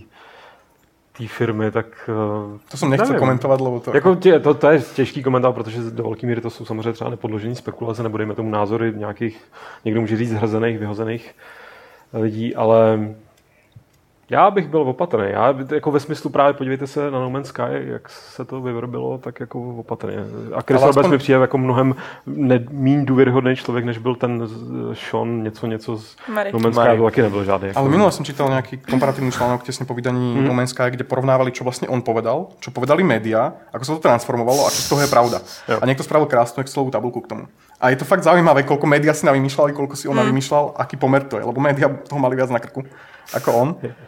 té firmy, tak... To jsem nechcel komentovat, lebo to... Jako to je těžký komentář, protože do velké míry to jsou samozřejmě třeba nepodložené spekulace, nebo dejme tomu názory nějakých, někdo může říct zhrzených, vyhozených lidí, ale Já bych byl opatrný. Já jako ve smyslu právě podívejte se na No Man's Sky, jak se to vyrobilo, tak jako opatrně. A Chris Roberts mi přijde jako mnohem míň důvěryhodný člověk, než byl ten Sean něco z No Man's Sky, to taky nebyl žádný. Ale minule som čítal nejaký komparatívny článok tesne po vydaní No Man's Sky, kde porovnávali, čo vlastne on povedal, čo povedali médiá, ako sa to transformovalo a čo z toho je pravda. Jo. A niekto spravil krásnu Excelovú tabuľku k tomu. A je to fakt zaujímavé, koľko médiá si navymýšľali, koľko si on navymýšľal, aký pomer to je, lebo médiá toho mali viac na krku ako on.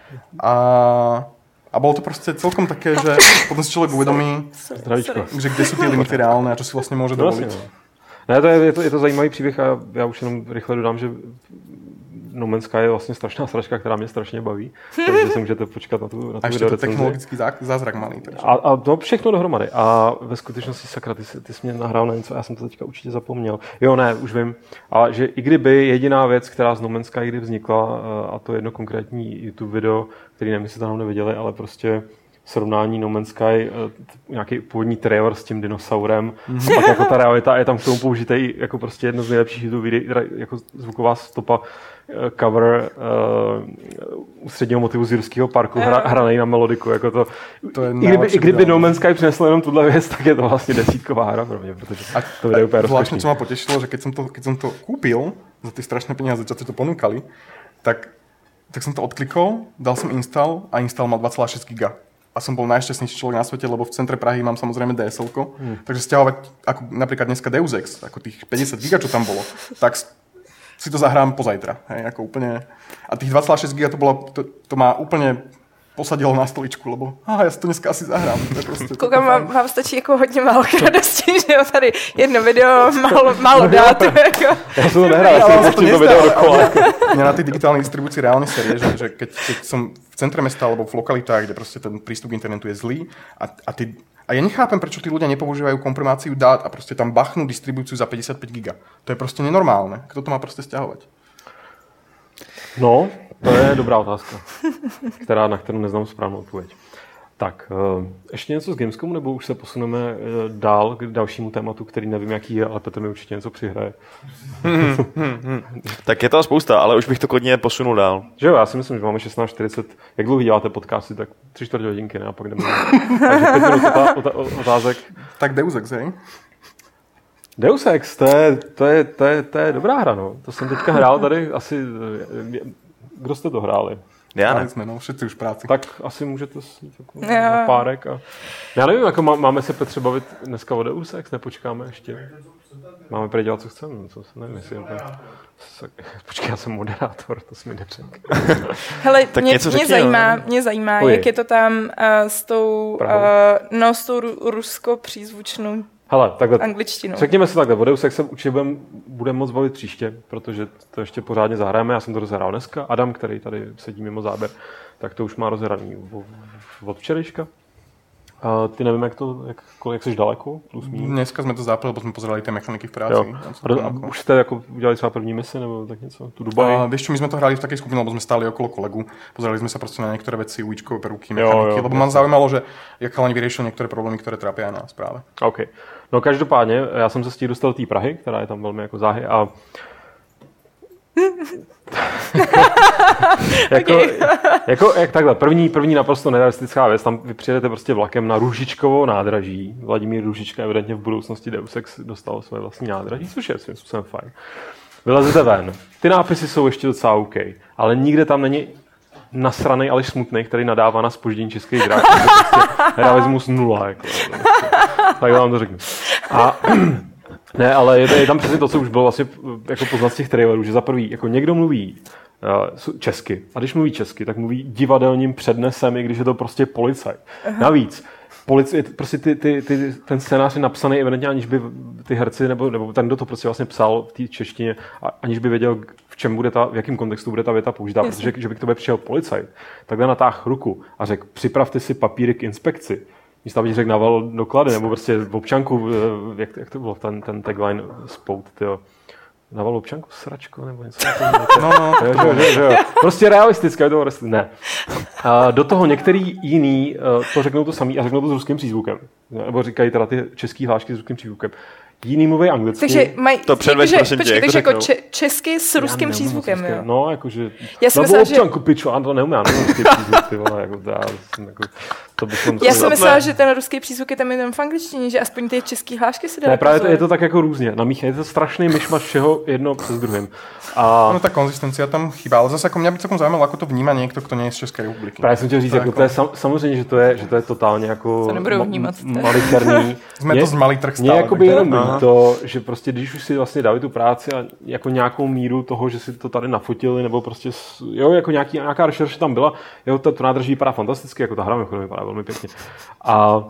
A bolo to proste celkom také, že potom si človek uvedomí, že kde sú tie limity reálne a čo si vlastne môže dovoliť. Ne, je to zajímavý příběh a já už jenom rychle dodám, že No Man's Sky je vlastně strašná sračka, která mě strašně baví, takže si můžete počkat na tu videorecenzi. A ještě to technologický zázrak malý. A to všechno dohromady. A ve skutečnosti, sakra, ty jsi mě nahrál na něco, já jsem to teďka určitě zapomněl. Jo, ne, už vím. Ale že i kdyby jediná věc, která z No Man's Sky kdy vznikla, a to jedno konkrétní YouTube video, který nevím, jestli to tam neviděli, ale prostě srovnání No Man's Sky, nějaký původní trailer s tím dinosaurem, a pak jako ta realita je tam k tomu použitej jako prostě jedno z nejlepších YouTube jako zvuková stopa, cover ústředního motivu z Jurského parku, hranej na melodiku. Jako to je I kdyby No Man's Sky přinesl jenom tuhle věc, tak je to vlastně desítková hra pro mě, protože to video úplně rozkošný. Zvláštne, co ma potešilo, že keď som to kúpil za tie strašné peniaze, čo to ponúkali, tak som to odklikol, dal som install a install mal 2,6 GB. A som bol najšťastnejší človek na svete, lebo v centre Prahy mám samozrejme DSL-ko, takže stiahovať ako napríklad dneska Deus Ex, ako tých 50 GB, čo tam bolo, tak si to zahrám pozajtra. Hej, ako úplne. A tých 2,6 GB to má úplne posadilo na stoličku, lebo já si to dneska asi zahrám. Prostě koukám, vám stačí jako hodně málo k radosti, že jo, tady jedno video, málo dát. Já jsem to nehrál, já jsem to video dokola. Mňa na tej digitálnej distribúcii reálne série, že keď som v centre mesta alebo v lokalitách, kde prostě ten prístup k internetu je zlý a ja nechápem, prečo tí ľudia nepoužívajú komprimáciu dát a prostě tam bachnú distribúciu za 55 GB. To je prostě nenormálne. Kto to má prostě stiahovať? No, to je dobrá otázka, na kterou neznám správnou odpověď. Tak, ještě něco z Gamescomu, nebo už se posuneme dál k dalšímu tématu, který nevím, jaký je, ale Petr mi určitě něco přihraje. Tak je to spousta, ale už bych to klidně posunul dál. Že jo, já si myslím, že máme 16:40. Jak dlouho děláte podcasty, tak 3/4 hodinky, ne? A pak jdeme. Takže 5 minut otázek. Tak Deus Ex, hej? Deus Ex, to je dobrá hra, no. To jsem teďka hrál tady asi... Kdo jste to hráli? Já ne. Jsme, no, všetci už práci. Tak asi můžete na párek. Já nevím, jako máme se Petře bavit dneska o Deus Ex, nepočkáme ještě. Máme prý dělat, co chceme, co se nevím, jestli počkej, já jsem moderátor, to jsi mi neřekl. Hele, mě zajímá, jak je to tam s tou rusko-přízvučnou angličtinou. Řekněme si takhle, o Deus Ex se určitě budeme moc bavit příště, protože to ještě pořádně zahrajeme. Já jsem to rozhrál dneska. Adam, který tady sedí mimo záběr, tak to už má rozhraný od včerejška. A ty nevím, jak jsi daleko? Plus minus? Dneska jsme to zápali, lebo jsme pozerali ty mechaniky v práci. Už jste jako udělali třeba první misi nebo tak něco? Tu Dubaj? Víš čo, my jsme to hráli v takej skupině, lebo jsme stáli okolo kolegu. Pozerali jsme se prostě na některé věci, uličkové perúky, mechaniky, lebo mám zaujímalo, že jak chalani vyriešili některé problémy, které trápí aj nás právě. OK. No každopádně, já jsem se s tím dostal do té Prahy, která je tam velmi jako záhy a jak takhle, první naprosto nerealistická věc, tam vy přijedete prostě vlakem na Růžičkovo nádraží. Vladimír Růžička evidentně v budoucnosti Deus Ex dostal své vlastní nádraží, což je svým způsobem fajn. Vylezete ven. Ty nápisy jsou ještě docela OK, ale nikde tam není nasranej Aleš Smutnej, který nadává na zpoždění českých hráčů. Prostě realismus 0. Jako, tak vám to řeknu. A ne, ale je tam přesně to, co už bylo vlastně jako poznat z těch trailerů, že za prvý jako někdo mluví česky a když mluví česky, tak mluví divadelním přednesem, i když je to prostě policajt. Navíc prostě ten scénář je napsaný evidentně, aniž by ty herci nebo ten, kdo to prostě vlastně psal v té češtině, aniž by věděl, v jakém kontextu bude ta věta použitá, protože že by k tobě přišel policajt, takhle natáhl ruku a řekl, připravte si papíry k inspekci. Místo abych řekl naval doklady, nebo prostě v občanku, jak to bylo, ten tagline spout, tyjo. Naval občanku sračko, nebo něco. Jo. Prostě realistické, to ne. Do toho některý jiný to řeknou to samý a řeknou to s ruským přízvukem. Nebo říkají teda ty český hlášky s ruským přízvukem. jiný mluví anglicky. Takže mají, To předveď, prosím tě, takže jako jako česky s ruským přízvukem, jo? No, jakože... Já jsem myslela, myslela, že... piču, já to neumím, já nevím ruský přízvuk, ty vole, jako, to bychom... Já jsem myslela, že ten ruský přízvuk je tam jenom v angličtině, že aspoň ty český hlášky se dají. Ne, právě je to tak jako různě, namíchají, je to strašný myšmaš všeho jedno přes druhým. A... No, tá konzistencia tam chýba, ale zase ako mňa by celkom zaujímalo, ako to vníma niekto, kto nie je z Českej republiky. Právě jsem chtěl říct, jako to je samozřejmě, že to je totálně jako malicherný. Jsme to zmalý trh stále. Mě jakoby jenom to, že prostě když už si vlastně dali tu práci a jako nějakou míru toho, že si to tady nafotili, nebo prostě, jo, jako nějaká rešerše tam byla, jo, to nádrží vypadá fantasticky, jako ta hra vypadá velmi pěkně. A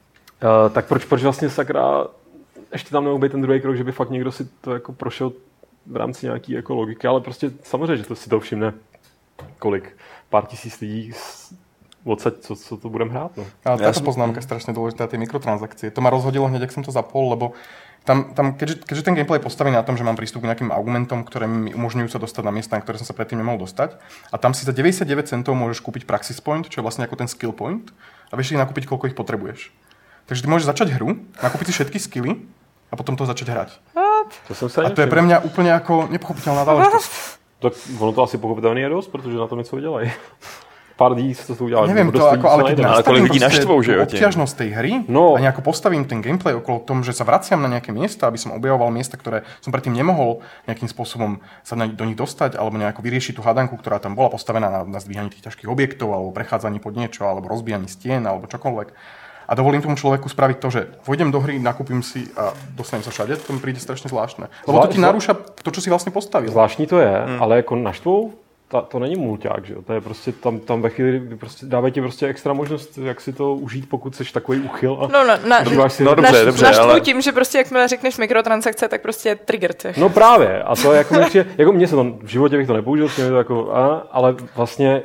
tak proč vlastně sakra ještě tam nemohl být ten druhý krok, že by fakt někdo si to jako prošel v rámci nějaký jako logiky, ale prostě samozřejmě, že to si to všimne kolik, pár tisíc lidí odsaď, co to budeme hrát. No. A táto poznámka je strašne dôležitá, tie mikrotransakcie. To ma rozhodilo hneď, ak som to zapol, lebo tam keďže ten gameplay je postavený na tom, že mám prístup k nejakým argumentom, ktoré mi umožňujú sa dostať na miesta, na ktoré som sa predtým nemohol dostať. A tam si za 99 centov môžeš kúpiť Praxis Point, čo je vlastne ako ten skill point, a vieš si nakúpiť, koľko ich potrebuješ. Takže ty môžeš začať hru, nakúpiť si všetky skilly a potom to začať hrať. A to je pre mňa úplne ako nepochopiteľná záležitosť. Tak ono to asi pochopitelný je dosť, protože na tom něco vydělají. Pár lidí to udělá. Neviem to, ako, ale keď nastavím obťažnosť tej hry a nejako postavím ten gameplay okolo tom, že sa vraciam na nejaké miesta, aby som objavoval miesta, ktoré som predtým nemohol nejakým spôsobom sa do nich dostať, alebo nejako vyriešiť tú hadanku, ktorá tam bola postavená na zdvíhaní tých ťažkých objektov, alebo prechádzanie pod niečo, alebo rozbíjaní stien, alebo čokoľvek. A dovolím tomu človeku spraviť to, že vojdem do hry, nakúpim si a dostanem sa všade, to mi príde strašne zvláštne. Lebo to ti narúša to, čo si vlastne postavil. Zvláštní to je, ale jako naštvou, to není mulťák, že jo? To je prostě tam ve chvíli prostě dávají ti prostě extra možnost, jak si to užít, pokud jsi takový uchyl. A dobře, ale tím, že prostě jakmile řekneš mikrotransakce, tak prostě trigger. No právě, a to jako mně se tam v životě bych to nepoužil, to jako, ale vlastně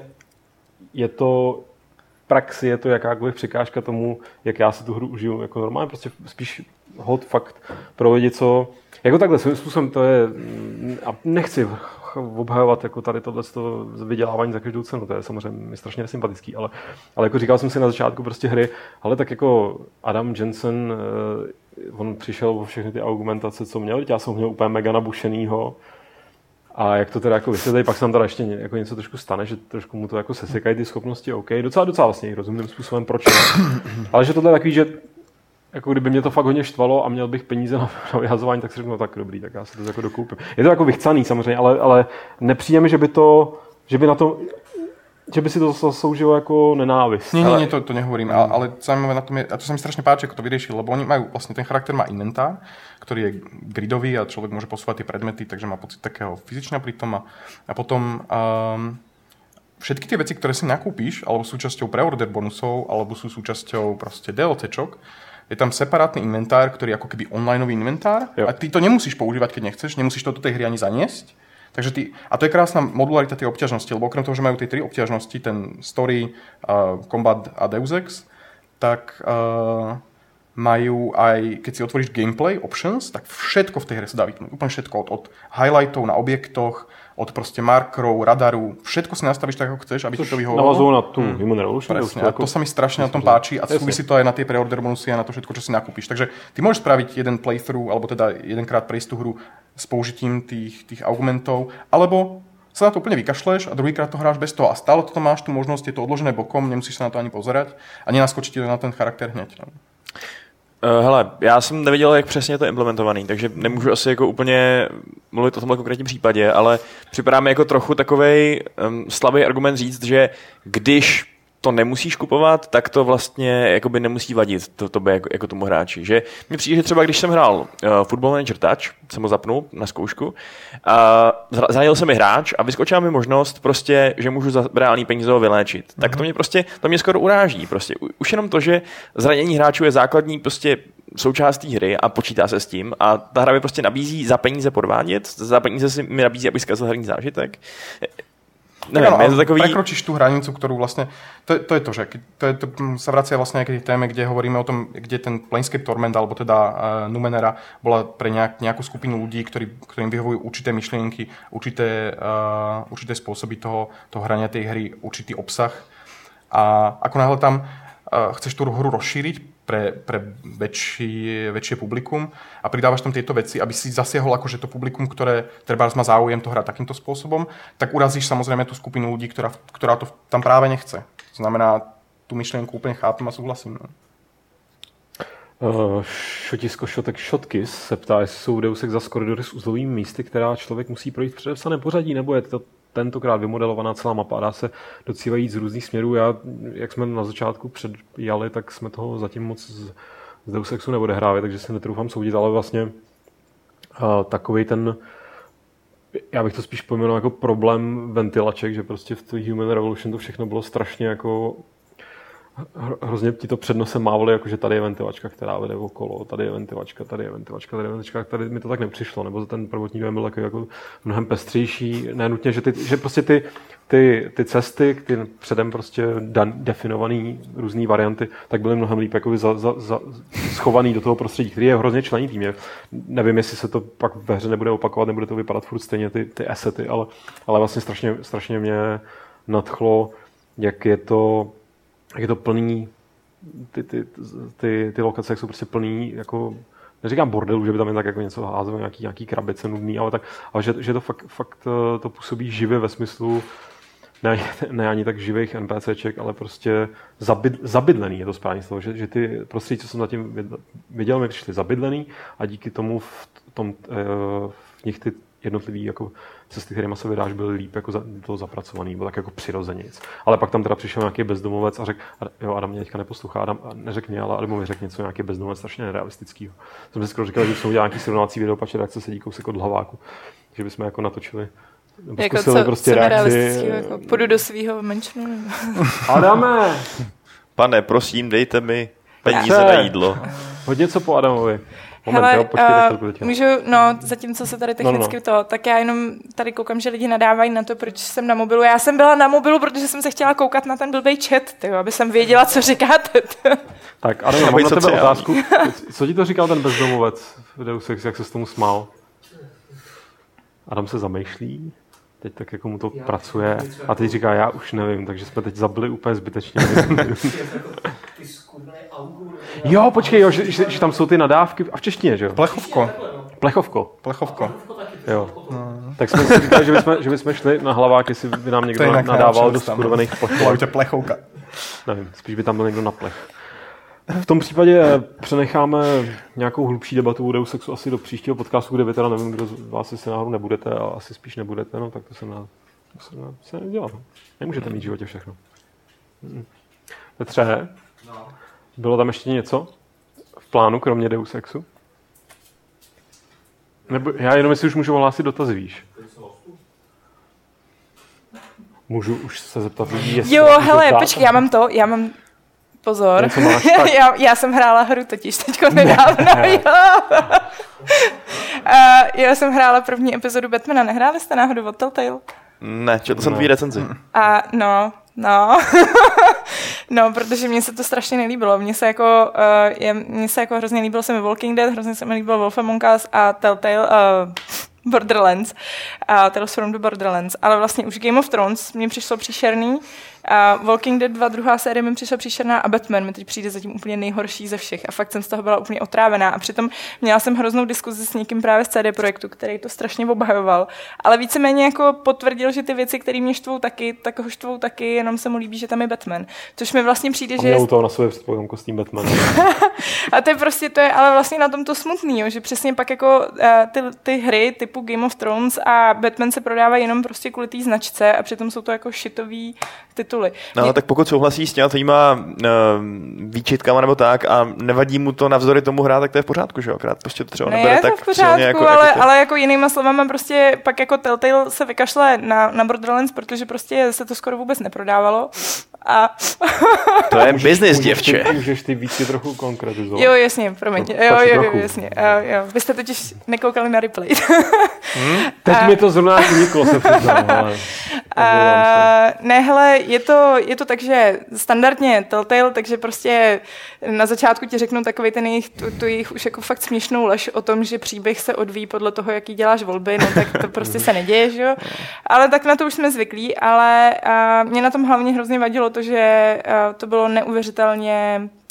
je to praxi, je to jakákoliv překážka tomu, jak já si tu hru užiju jako normálně, prostě spíš hod fakt provedit, co jako takhle svým způsobem to je, a nechci obhajovat jako tady tohleto vydělávání za každou cenu, to je samozřejmě strašně nesympatický, ale jako říkal jsem si na začátku prostě hry, ale tak jako Adam Jensen, on přišel o všechny ty argumentace, co měl, já jsem měl úplně mega nabušenýho. A jak to teda jako vysvětlí, pak se tam teda ještě jako něco trošku stane, že trošku mu to jako sesekají ty schopnosti, OK, docela vlastně rozumným způsobem, proč ne. Ale že tohle je takový, že jako kdyby mě to fakt hodně štvalo a měl bych peníze na vyhazování, tak si řeknu, no tak dobrý, tak já si to jako dokoupím. Je to jako vychcaný samozřejmě, ale nepřijde mi, že by si to zasloužilo jako nenávist. Nie, to nehovorím, ale zaujímavé na tom je, a to sa mi strašne páči, ako to vyriešili, lebo oni majú, vlastne ten charakter má inventár, ktorý je gridový a človek môže posúvať tie predmety, takže má pocit takého fyzičného pri tom a potom všetky tie veci, ktoré si nakúpíš, alebo sú súčasťou preorder bonusov, alebo sú súčasťou proste DLCčok, je tam separátny inventár, ktorý je ako keby onlineový inventár, a ty to nemusíš používať, keď nechceš, nemusíš to do tej hry ani zaniesť. Takže a to je krásna modularita tej obťažnosti, lebo okrem toho, že majú tie 3 obťažnosti, ten story, combat a Deus Ex, tak majú aj, keď si otvoríš gameplay options, tak všetko v tej hre sa dá vypnúť. Úplne všetko, od highlightov na objektoch, od proste markerov, radaru, všetko si nastavíš tak, ako chceš, aby ti to vyhovovalo. Navazujú na tú Human Revolution. Presne, a to sa mi strašne na tom páči a súvisí to aj na tie preorder bonusy a na to všetko, čo si nakúpiš. Takže ty môžeš spraviť jeden playthrough, alebo teda jedenkrát prejsť tú hru s použitím tých argumentov, alebo sa na to úplne vykašleš a druhýkrát to hráš bez toho a stále toto máš tú možnosť, je to odložené bokom, nemusíš sa na to ani pozerať a nenaskočí ti na ten charakter hneď. Hele, já jsem neviděl, jak přesně je to implementovaný, takže nemůžu asi jako úplně mluvit o tomhle konkrétním případě, ale připadá mi jako trochu takovej slabý argument říct, že když to nemusíš kupovat, tak to vlastně jakoby nemusí vadit tobě jako tomu hráči. Že mně přijde, že třeba když jsem hrál Football Manager Touch, jsem ho zapnul na zkoušku, a zranil se mi hráč a vyskočila mi možnost prostě, že můžu za reální peníze ho vyléčit. Tak to mě skoro uráží. Prostě. Už jenom to, že zranění hráčů je základní prostě součást té hry a počítá se s tím a ta hra mi prostě nabízí za peníze podvádět, za peníze si mi nabízí, aby zkazil herní zážitek. Neviem, je to takový... Prekročíš tú hranicu, ktorú vlastne... To je to, že to sa vracia vlastne aj k tej téme, kde hovoríme o tom, kde ten Planescape Torment, alebo teda Numenera bola pre nejakú skupinu ľudí, ktorým vyhovujú určité myšlienky, určité spôsoby toho hrania tej hry, určitý obsah. A ako náhle tam chceš tú hru rozšíriť, pre väčšie publikum a pridávaš tam tieto veci, aby si zasiahol akože to publikum, ktoré trebárs má záujem to hrať takýmto spôsobom, tak urazíš samozrejme tú skupinu ľudí, ktorá to tam práve nechce. To znamená, tú myšlienku úplne chápem a súhlasím. No. Šotisko Šotek Šotkis se ptá, jestli jsou Deus Ex zas koridory s uzlovými místy, která člověk musí projít v předepsaném pořadí, nebo je to tentokrát vymodelovaná celá mapa a dá se docívat jít z různých směrů. Jak jsme na začátku předjali, tak jsme toho zatím moc z Deus Exu neodehráli, takže se netroufám soudit, ale vlastně takovej ten, já bych to spíš pojmenoval jako problém ventilaček, že prostě v té Human Revolution to všechno bylo strašně jako hrozně ti to před nosem mávali, jakože tady je ventilačka, která vede okolo, tady je ventilačka, tady je ventilačka, tady je ventilačka, tady mi to tak nepřišlo, nebo ten prvotní dojem byl takový jako mnohem pestřejší, nenutně, že prostě ty cesty, ty předem prostě definované různé varianty, tak byly mnohem líp jako schovaný do toho prostředí, který je hrozně členitý. Nevím, jestli se to pak ve hře nebude opakovat, nebude to vypadat furt stejně ty asety, ale vlastně strašně mě nadchlo, jak je to plný, ty lokace, jak jsou prostě plný, jako, neříkám bordelu, že by tam jen tak jako něco házelo, nějaký krabice nudný, ale že to fakt to působí živě ve smyslu, ne ani tak živých NPCček, ale prostě zabydlený je to správně slovo, že ty prostředí, co jsem zatím viděl, mi přišly zabydlený a díky tomu v nich ty jednotlivý jako cesty, kterýma se vydáš, byly líp jako to zapracovaný, bylo tak jako přirozenějc. Ale pak tam teda přišel nějaký bezdomovec a řekl, jo, Adam mě teďka neposlouchá, neřekl mě, ale Adamovi řekl něco, nějaký bezdomovec strašně nerealistickýho. Jsem si skoro říkal, že jsme udělali nějaký srovnávací video, pač reakce sedí kousek od hlaváku, že bychom jako natočili. Jako co prostě reakci. Jako půjdu do svýho menšinu. Adame! Pane, prosím, dejte mi peníze na jídlo. Hodně co po Adamovi. Hele, můžu, zatímco se tady technicky tak já jenom tady koukám, že lidi nadávají na to, proč jsem na mobilu. Já jsem byla na mobilu, protože jsem se chtěla koukat na ten blbej chat, aby jsem věděla, co říkáte. Tak Adam, já mám na tebe otázku. Co ti to říkal ten bezdomovec v Deus Ex, jak se s tomu smál? Adam se zamýšlí, teď tak jako mu to pracuje a teď říká, já už nevím, takže jsme teď zabili úplně zbytečně. Jo, počkej, jo, že tam jsou ty nadávky a v češtině, že jo? Plechovko. Jo. Tak jsme si říkali, že bychom šli na hlavák, jestli by nám někdo nadával do skurvených plechovka. Nevím, spíš by tam byl někdo na plech. V tom případě přenecháme nějakou hlubší debatu o Deus Exu asi do příštího podcastu, kde vy teda nevím, kdo z vás si náhodou nebudete a asi spíš nebudete, no tak to se nedělá. Nemůžete mít v životě všechno. Petře, bylo tam ještě něco v plánu, kromě Deus Exu? Nebo já jenom jestli už můžu hlásit dotazy, víš? Můžu už se zeptat lidí, jestli... Jo, hele, počkej, já mám pozor. Já jsem hrála hru totiž teďko nedávno. Já jsem hrála první epizodu Batmana. Nehráli jste náhodou od Telltale? Ne, četl jsem tvý recenzi. No, protože mně se to strašně nelíbilo. Mně se jako hrozně líbilo se mi Walking Dead, hrozně se mi líbilo Wolf Among Us a Telltale Borderlands. Tales from the Borderlands. Ale vlastně už Game of Thrones mě přišlo příšerný. Walking Dead 2, druhá série mi přišla příšerná a Batman mi teď přijde zatím úplně nejhorší ze všech. A fakt jsem z toho byla úplně otrávená. A přitom měla jsem hroznou diskuzi s někým právě z CD Projektu, který to strašně obhajoval. Ale víceméně jako potvrdil, že ty věci, které mě štvou taky, tak ho štvou taky, jenom se mu líbí, že tam je Batman. Což mi vlastně přijde, že... Měl toho na sobě předpokládám kostým Batmana. A to je ale vlastně na tom to smutný, jo, že přesně pak jako ty hry typu Game of Thrones a Batman se prodávají jenom prostě kvůli té značce a přitom jsou to jako shitový tituly. No, tak pokud souhlasí s těma tvýma výčitkama nebo tak a nevadí mu to navzdory tomu hrát, tak to je v pořádku, že jo? Akrát prostě to třeba nebere tak v pořádku, jako, ale jako jinýma slovama prostě pak jako Telltale se vykašle na Borderlands, protože prostě se to skoro vůbec neprodávalo. A... To je business, děvče. Můžeš ty víc trochu konkretizovat. Jo, jasně, promiň. Jo, jasně. Jo. Vy jste totiž nekoukali na replay. Teď mi to zrovna uniklo, se přiznám, ale... Ne, hele, je to tak, že standardně Telltale, takže prostě na začátku ti řeknu takovej ten jejich už jako fakt směšnou lež o tom, že příběh se odvíjí podle toho, jaký děláš volby, no tak to prostě se neděje, že jo. Ale tak na to už jsme zvyklí, ale mě na tom hlavně hrozně vadilo to, že to bylo neuvěřitelně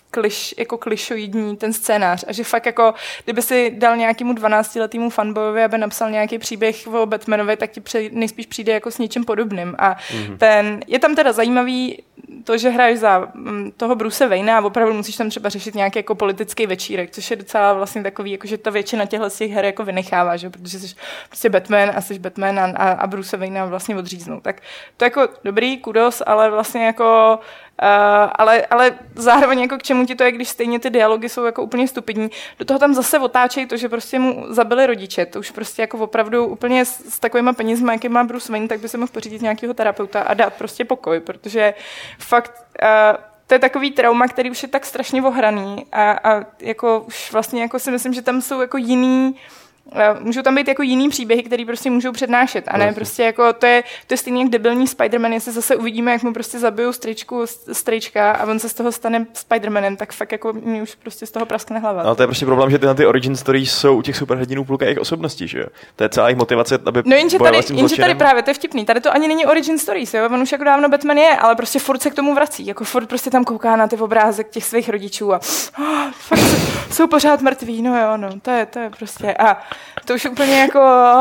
jako klišoidní ten scénář a že fakt jako, kdyby si dal nějakému 12letýmu fanboyovi, aby napsal nějaký příběh o Batmanovi, tak ti nejspíš přijde jako s něčím podobným a je tam teda zajímavý to, že hraješ za toho Bruce Wayna a opravdu musíš tam třeba řešit nějaký jako politický večírek, což je docela vlastně takový, jako že ta většina těchto těch her jako vynechává, že? Protože jsi prostě Batman a jsi Batman a Bruce Wayna vlastně odříznou. Tak to jako dobrý, kudos, ale vlastně jako ale zároveň jako k čemu ti to je, když stejně ty dialogy jsou jako úplně stupidní. Do toho tam zase otáčejí to, že prostě mu zabili rodiče. To už prostě jako opravdu úplně s takovýma penězma, jaký má Bruce Wayne, tak by se mohl pořídit nějakého terapeuta a dát prostě pokoj, protože fakt to je takový trauma, který už je tak strašně ohraný a jako už vlastně jako si myslím, že tam jsou jako jiný můžou tam být jako jiný příběhy, který prostě můžou přednášet a ne prostě jako to je stejně jak debilní Spider-Man, jestli zase uvidíme, jak mu prostě zabijou strejčka a on se z toho stane Spider-Manem, tak fakt jako mi už prostě z toho praskne hlava. Ale to je prostě problém, že ty origin stories jsou u těch superhrdinů půlka jejich osobností, že jo? To je celá jejich motivace, aby jenže tady právě to je vtipný. Tady to ani není origin stories, jo? On už jako dávno Batman je, ale prostě furt se k tomu vrací. Jako furt prostě tam kouká na ty obrázek těch svých rodičů a fakt jsou pořád mrtví, to je prostě a to už úplně jako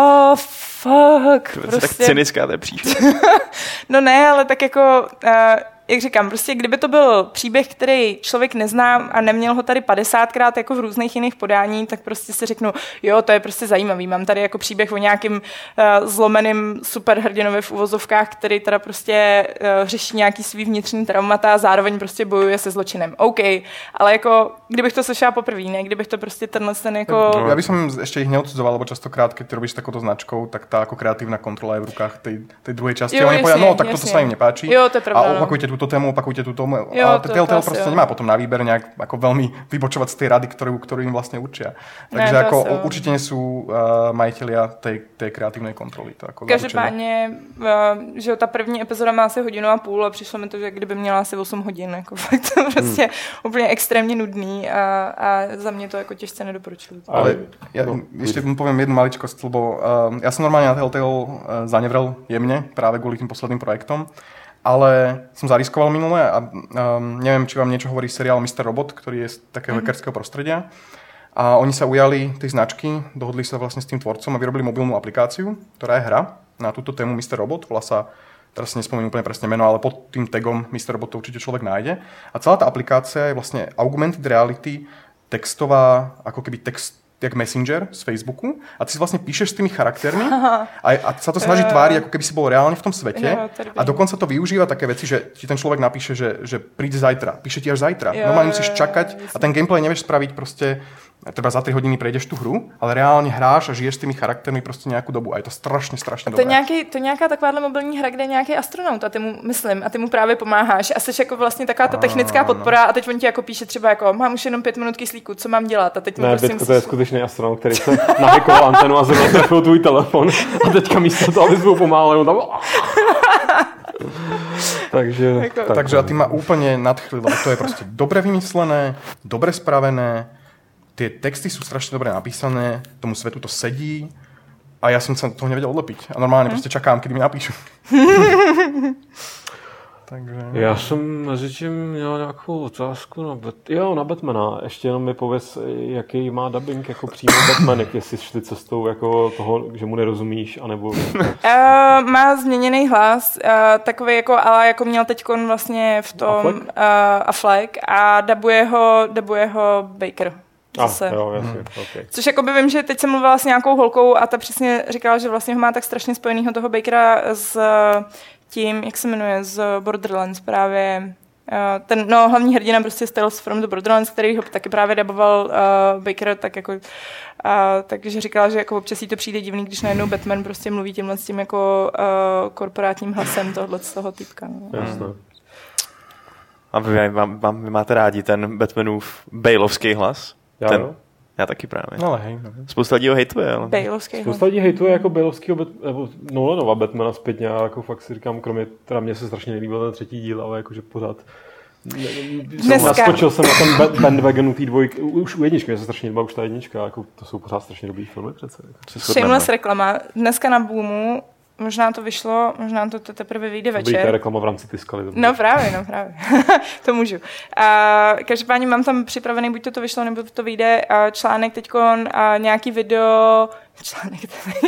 fuck. To je prostě tak cynická, to je příšer. No ne, ale tak jako jak říkám, prostě kdyby to byl příběh, který člověk nezná a neměl ho tady 50krát jako v různých jiných podání, tak prostě si řeknu, jo, to je prostě zajímavý. Mám tady jako příběh o nějakým zlomeným superhrdinovi v uvozovkách, který teda prostě řeší nějaký svý vnitřní traumata a zároveň prostě bojuje se zločinem. OK, ale jako kdybych to slyšela poprvé, ne? Kdybych to prostě ten jako... Ja by som ešte ich neodsudzoval, lebo častokrát, keď ty robíš takouto značkou, tak tá ako kreatívna kontrola je v rukách tej druhej časti. Jo, oni povedia, tak toto sa im nepáči. Jo, to je pravda, a opakujte túto tému. Ale Telltale proste nemá potom na výber nejak ako veľmi vybočovať z tej rady, ktorú im vlastne určia. Takže ne, ako určite nie sú majitelia tej kreatívnej kontroly. To ako každopádně, že ta první epizoda má asi 1,5 hodiny a přišlo mi to, že kdyby měla asi 8 hodin. Jako fakt to prostě úplně extrémně nudný a za mě to jako těžce nedoporučuju. Ale ja ešte poviem jednu maličkosť, lebo ja som normálne na Telltale zanevrel jemne práve kvôli tým posledným projektom. Ale som zariskoval minule a neviem, či vám niečo hovorí seriál Mr. Robot, ktorý je z takého hackerského prostredia. A oni sa ujali tej značky, dohodli sa vlastne s tým tvorcom a vyrobili mobilnú aplikáciu, ktorá je hra na túto tému Mr. Robot. Volá sa, teraz si nespomeniem úplne presne meno, ale pod tým tagom Mr. Robot to určite človek nájde. A celá tá aplikácia je vlastne augmented reality, textová, ako keby text jak Messenger z Facebooku a ty si vlastne píšeš s tými charaktermi a sa to snaží tváriť, ako keby si bol reálne v tom svete a dokonca to využíva také veci, že ti ten človek napíše, že príde zajtra, píše ti až zajtra. Normálne musíš čakať a ten gameplay nevieš spraviť proste treba za 3 hodiny prejdeš tú hru, ale reálne hráš a žiješ s tými charaktermi prostě nějakou dobu a je to strašně dobré. To nějaká takováhle mobilní hra, kde je nějaký astronaut a ty mu právě pomáháš a jsi jako vlastně taková ta technická podpora a teď on ti jako píše třeba jako mám už jenom 5 minut kyslíku, co mám dělat a teď ne, Bitko, to je skutečný astronaut, který se nahackoval antenu a zrovna trefil tvůj telefon a teďka místo toho, aby byl pomáhal, tam Takže a ty ma úplne nadchli, lebo to je prostě dobre vymyslené, dobre spravené. Tie texty sú strašne dobre napísané, tomu svetu to sedí a ja som sa toho nevedel odlepiť. A normálne prostě čakám, kedy mi napíšu. Takže... Já jsem mezitím měl nějakou otázku na Batmana. Ještě jenom mi pověz, jaký má dubbing jako přímo Batman, jestli šli cestou jako toho, že mu nerozumíš, anebo... Má změněný hlas, takový jako, ale jako měl teďkon vlastně v tom Affleck a dabuje ho Baker. Zase. Jo, jasně, okay. Což jako by vím, že teď jsem mluvila s nějakou holkou a ta přesně říkala, že vlastně ho má tak strašně spojenýho toho Bakera s tím, jak se jmenuje, z Borderlands právě. Ten hlavní hrdina prostě Tales from the Borderlands, který ho taky právě daboval Baker, tak jako takže říkala, že jako občas jí to přijde divný, když najednou Batman prostě mluví tímhle s tím jako korporátním hlasem tohle z toho typka. No. Jasně. A vy máte rádi ten Batmanův Baleovský hlas? Já taky právě. No, hej. Spousta lidí ho hejtuje, ale... Baleovský hlas. Spousta lidí hejtuje jako Baleovskýho nebo Nolanova Batmana zpětně a jako fakt si říkám, kromě, teda mně se strašně nelíbil ten 3. díl, ale jakože pořád naskočil jsem na ten bandwagon té dvojky, už u jedničky, mě se strašně líbila už ta jednička, jako to jsou pořád strašně dobrý filmy přece. Shameless reklama. Dneska na Boomu možná to vyšlo, možná to teprve vyjde večer. Dobrý, reklama v rámci Tiskaly. No právě. To můžu. Každopádně mám tam připravený, buď to vyšlo, nebo to vyjde článek teďkon, nějaký video, článek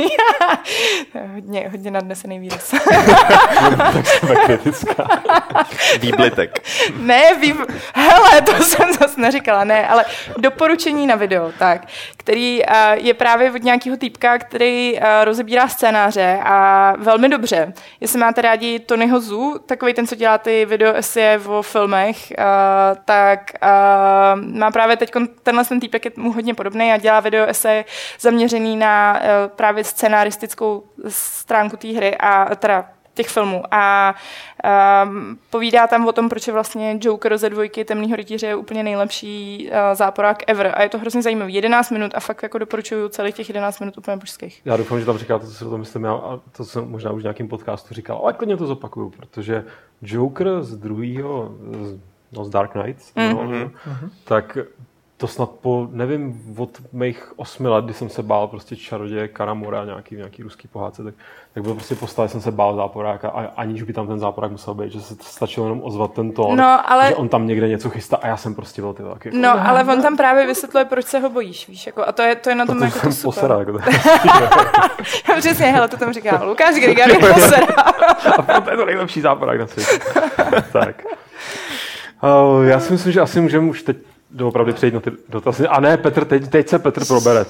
hodně nadnesený výraz. Tak jsme kritická. Výblitek. Hele, to jsem zase neříkala, ne, ale doporučení na video, tak, který je právě od nějakého týpka, který rozebírá scénáře a velmi dobře. Jestli máte rádi Tonyho Zhu, takový ten, co dělá ty video eseje o filmech, tak má právě teď tenhle týpek je mu hodně podobný a dělá video eseje zaměřený na právě scenaristickou stránku té hry a teda těch filmů. A povídá tam o tom, proč je vlastně Joker ze 2 Temného rytíře je úplně nejlepší záporák ever. A je to hrozně zajímavý. 11 minut a fakt jako doporučuju celých těch 11 minut úplně božských. Já doufám, že tam říkáte, co si o tom myslím já, a to jsem možná už v nějakém podcastu říkal, ale klidně to zopakuju, protože Joker z druhého, z Dark Knight, tak to snad po, nevím, od mých 8 let, kdy jsem se bál prostě čaroděje Karamura, nějaký ruský pohádce, tak byl prostě postavě, jsem se bál záporáka a aniž by tam ten záporák musel být, že se stačilo jenom ozvat ten tón, že on tam někde něco chystá a já jsem prostě byl ty taky. No, ale on tam právě vysvětluje, proč se ho bojíš, víš, jako, a to je na tom jako to super. Posera, jako přesně, hele, to tam říká Lukáš Grigar je posera. A to je to nejlepší záporák na světě. Tak. Já si myslím, že asi můžeme už teď doopravdy přejít na ty dotazy. A ne, Petr, teď se Petr probere.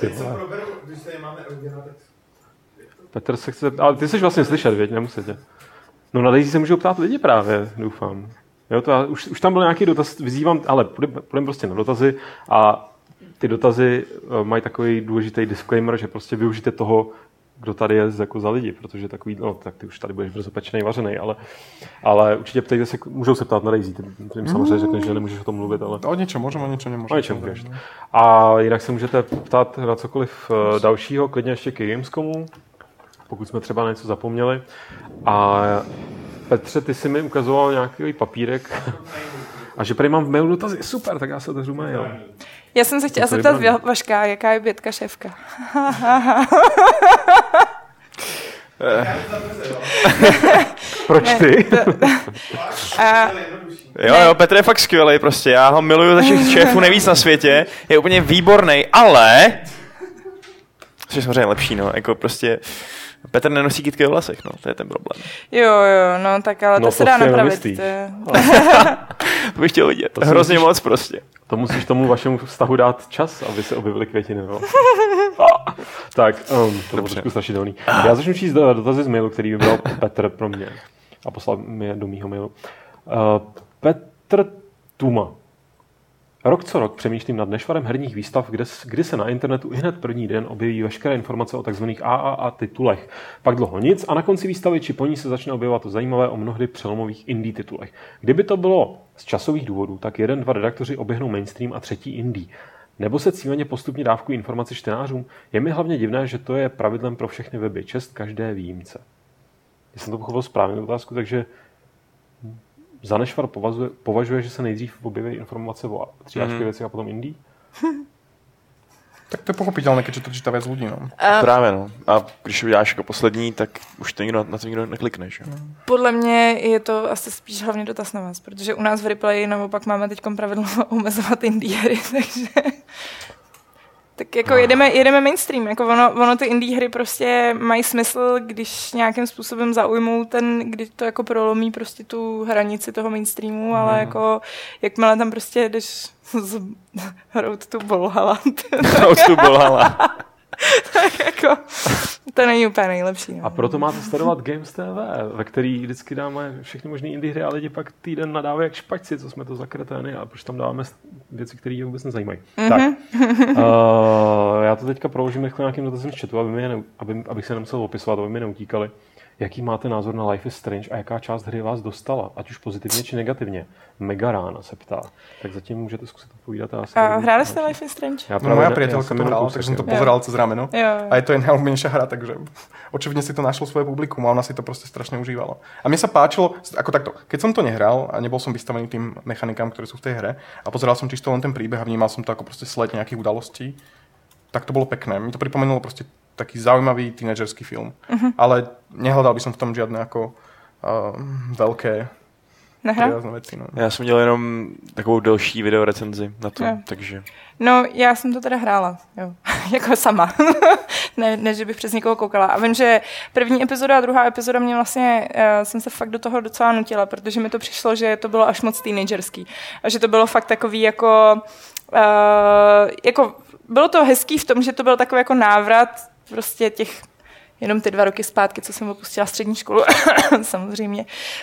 Petr se chce... Ale ty jsi vlastně slyšet, věď, nemusíte. No na Daisy se můžou ptát lidi právě, doufám. Jo, to už tam byl nějaký dotaz, vyzývám, ale půjdeme prostě na dotazy a ty dotazy mají takový důležitý disclaimer, že prostě využijte toho, kdo tady je jako za lidi, protože takový, no tak ty už tady budeš brzo pečenej, vařenej, ale určitě ptejte se, můžou se ptát na Daisy, ty jim samozřejmě řekneš, že nemůžeš o tom mluvit, ale... O něčem můžeme, o něčem nemůžeme. O něčem můžeš. A jinak se můžete ptát na cokoliv dalšího, klidně ještě k Gamescomu, pokud jsme třeba něco zapomněli. A Petře, ty jsi mi ukazoval nějaký papírek a že tady mám v mailu dotazy, super, tak já se otevřu mail. Já jsem se chtěla zeptat Vaška, jaká je Bětka šéfka. Proč ty? Jo, Petr je fakt skvělej prostě, já ho miluju ze všech šéfů nejvíc na světě, je úplně výborný, ale což je samozřejmě lepší, no, jako prostě Petr nenosí kytky ve vlasech, no, to je ten problém. Jo, no, tak ale to se dá napravit. To bych chtěl vidět, to hrozně moc prostě. To musíš tomu vašemu vztahu dát čas, aby se objevily květiny. No. Tak, to bylo trošku strašidelný. Já začnu číst dotazy z mailu, který vybral Petr pro mě a poslal mi je do mýho mailu. Petr Tuma. Rok co rok přemýšlím nad nešvarem herních výstav, kdy se na internetu ihned první den objeví veškeré informace o tzv. AAA titulech. Pak dlouho nic a na konci výstavy či po ní se začne objevovat to zajímavé o mnohdy přelomových indie titulech. Kdyby to bylo z časových důvodů, tak 1-2 redaktoři oběhnou mainstream a třetí indie. Nebo se cíleně postupně dávkují informace čtenářům. Je mi hlavně divné, že to je pravidlem pro všechny weby. Čest každé výjimce. Já jsem to pochopil správně otázku, takže za nešvar považuje, že se nejdřív objeví informace o tříáčkové věci a potom indie? Tak to je pochopitelné, když to čítá víc lidí, no. Právě, no. A když uděláš jako poslední, tak už to na to nikdo neklikne, že? Podle mě je to asi spíš hlavně dotaz na vás, protože u nás v Replay naopak máme teď pravidlo omezovat indie hry, takže... Tak jako jedeme mainstream, jako ono ty indie hry prostě mají smysl, když nějakým způsobem zaujmou kdy to jako prolomí prostě tu hranici toho mainstreamu, ale jako jakmile tam prostě jdeš z Road to Valhalla. Road to Valhalla. Tak jako to není úplně nejlepší. No. A proto máte sledovat Games TV, ve který vždycky dáme všechny možné indie hry a lidi pak týden nadávají jak špačci, co jsme to za kretény a proč tam dáváme věci, které je vůbec nezajímají. Tak, já to teďka proložím rychle nějakým dotazem z chatu, abych se nemusel opisovat, aby mi neutíkali. Jaký máte názor na Life is Strange a jaká část hry vás dostala, ať už pozitivně či negativně? Mega rána se ptá. Tak zatím můžete zkusit odpovídat. Hráli jste Life is Strange? Moja priateľka to hrala, takže som to pozeral cez rameno. A je to jej najobľúbenejšia hra, takže očividne si to našlo svoje publikum a ona si to proste strašne užívala. A mne sa páčilo, ako takto, keď som to nehral a nebol som vystavený tým mechanikám, ktoré sú v tej hre a pozeral som čisto len ten príbeh a vnímal som to ako proste sled nejakých udalostí, tak to bolo pekné. Mi to pripomenulo proste taký zaujímavý tínedžerský film. Ale nehľadal by som v tom žiadne ako veľké priazné veci. No. Já jsem dělal jenom takovou delší videorecenzi na to, takže... No, já jsem to teda hrála, jo. Jako sama. ne, že bych přes někoho koukala. A vím, že první epizoda a druhá epizoda mě vlastně, jsem se fakt do toho docela nutila, protože mi to přišlo, že to bylo až moc teenagerský. A že to bylo fakt takový jako bylo to hezký v tom, že to byl takový jako návrat prostě těch jenom ty 2 roky zpátky, co jsem opustila střední školu, samozřejmě.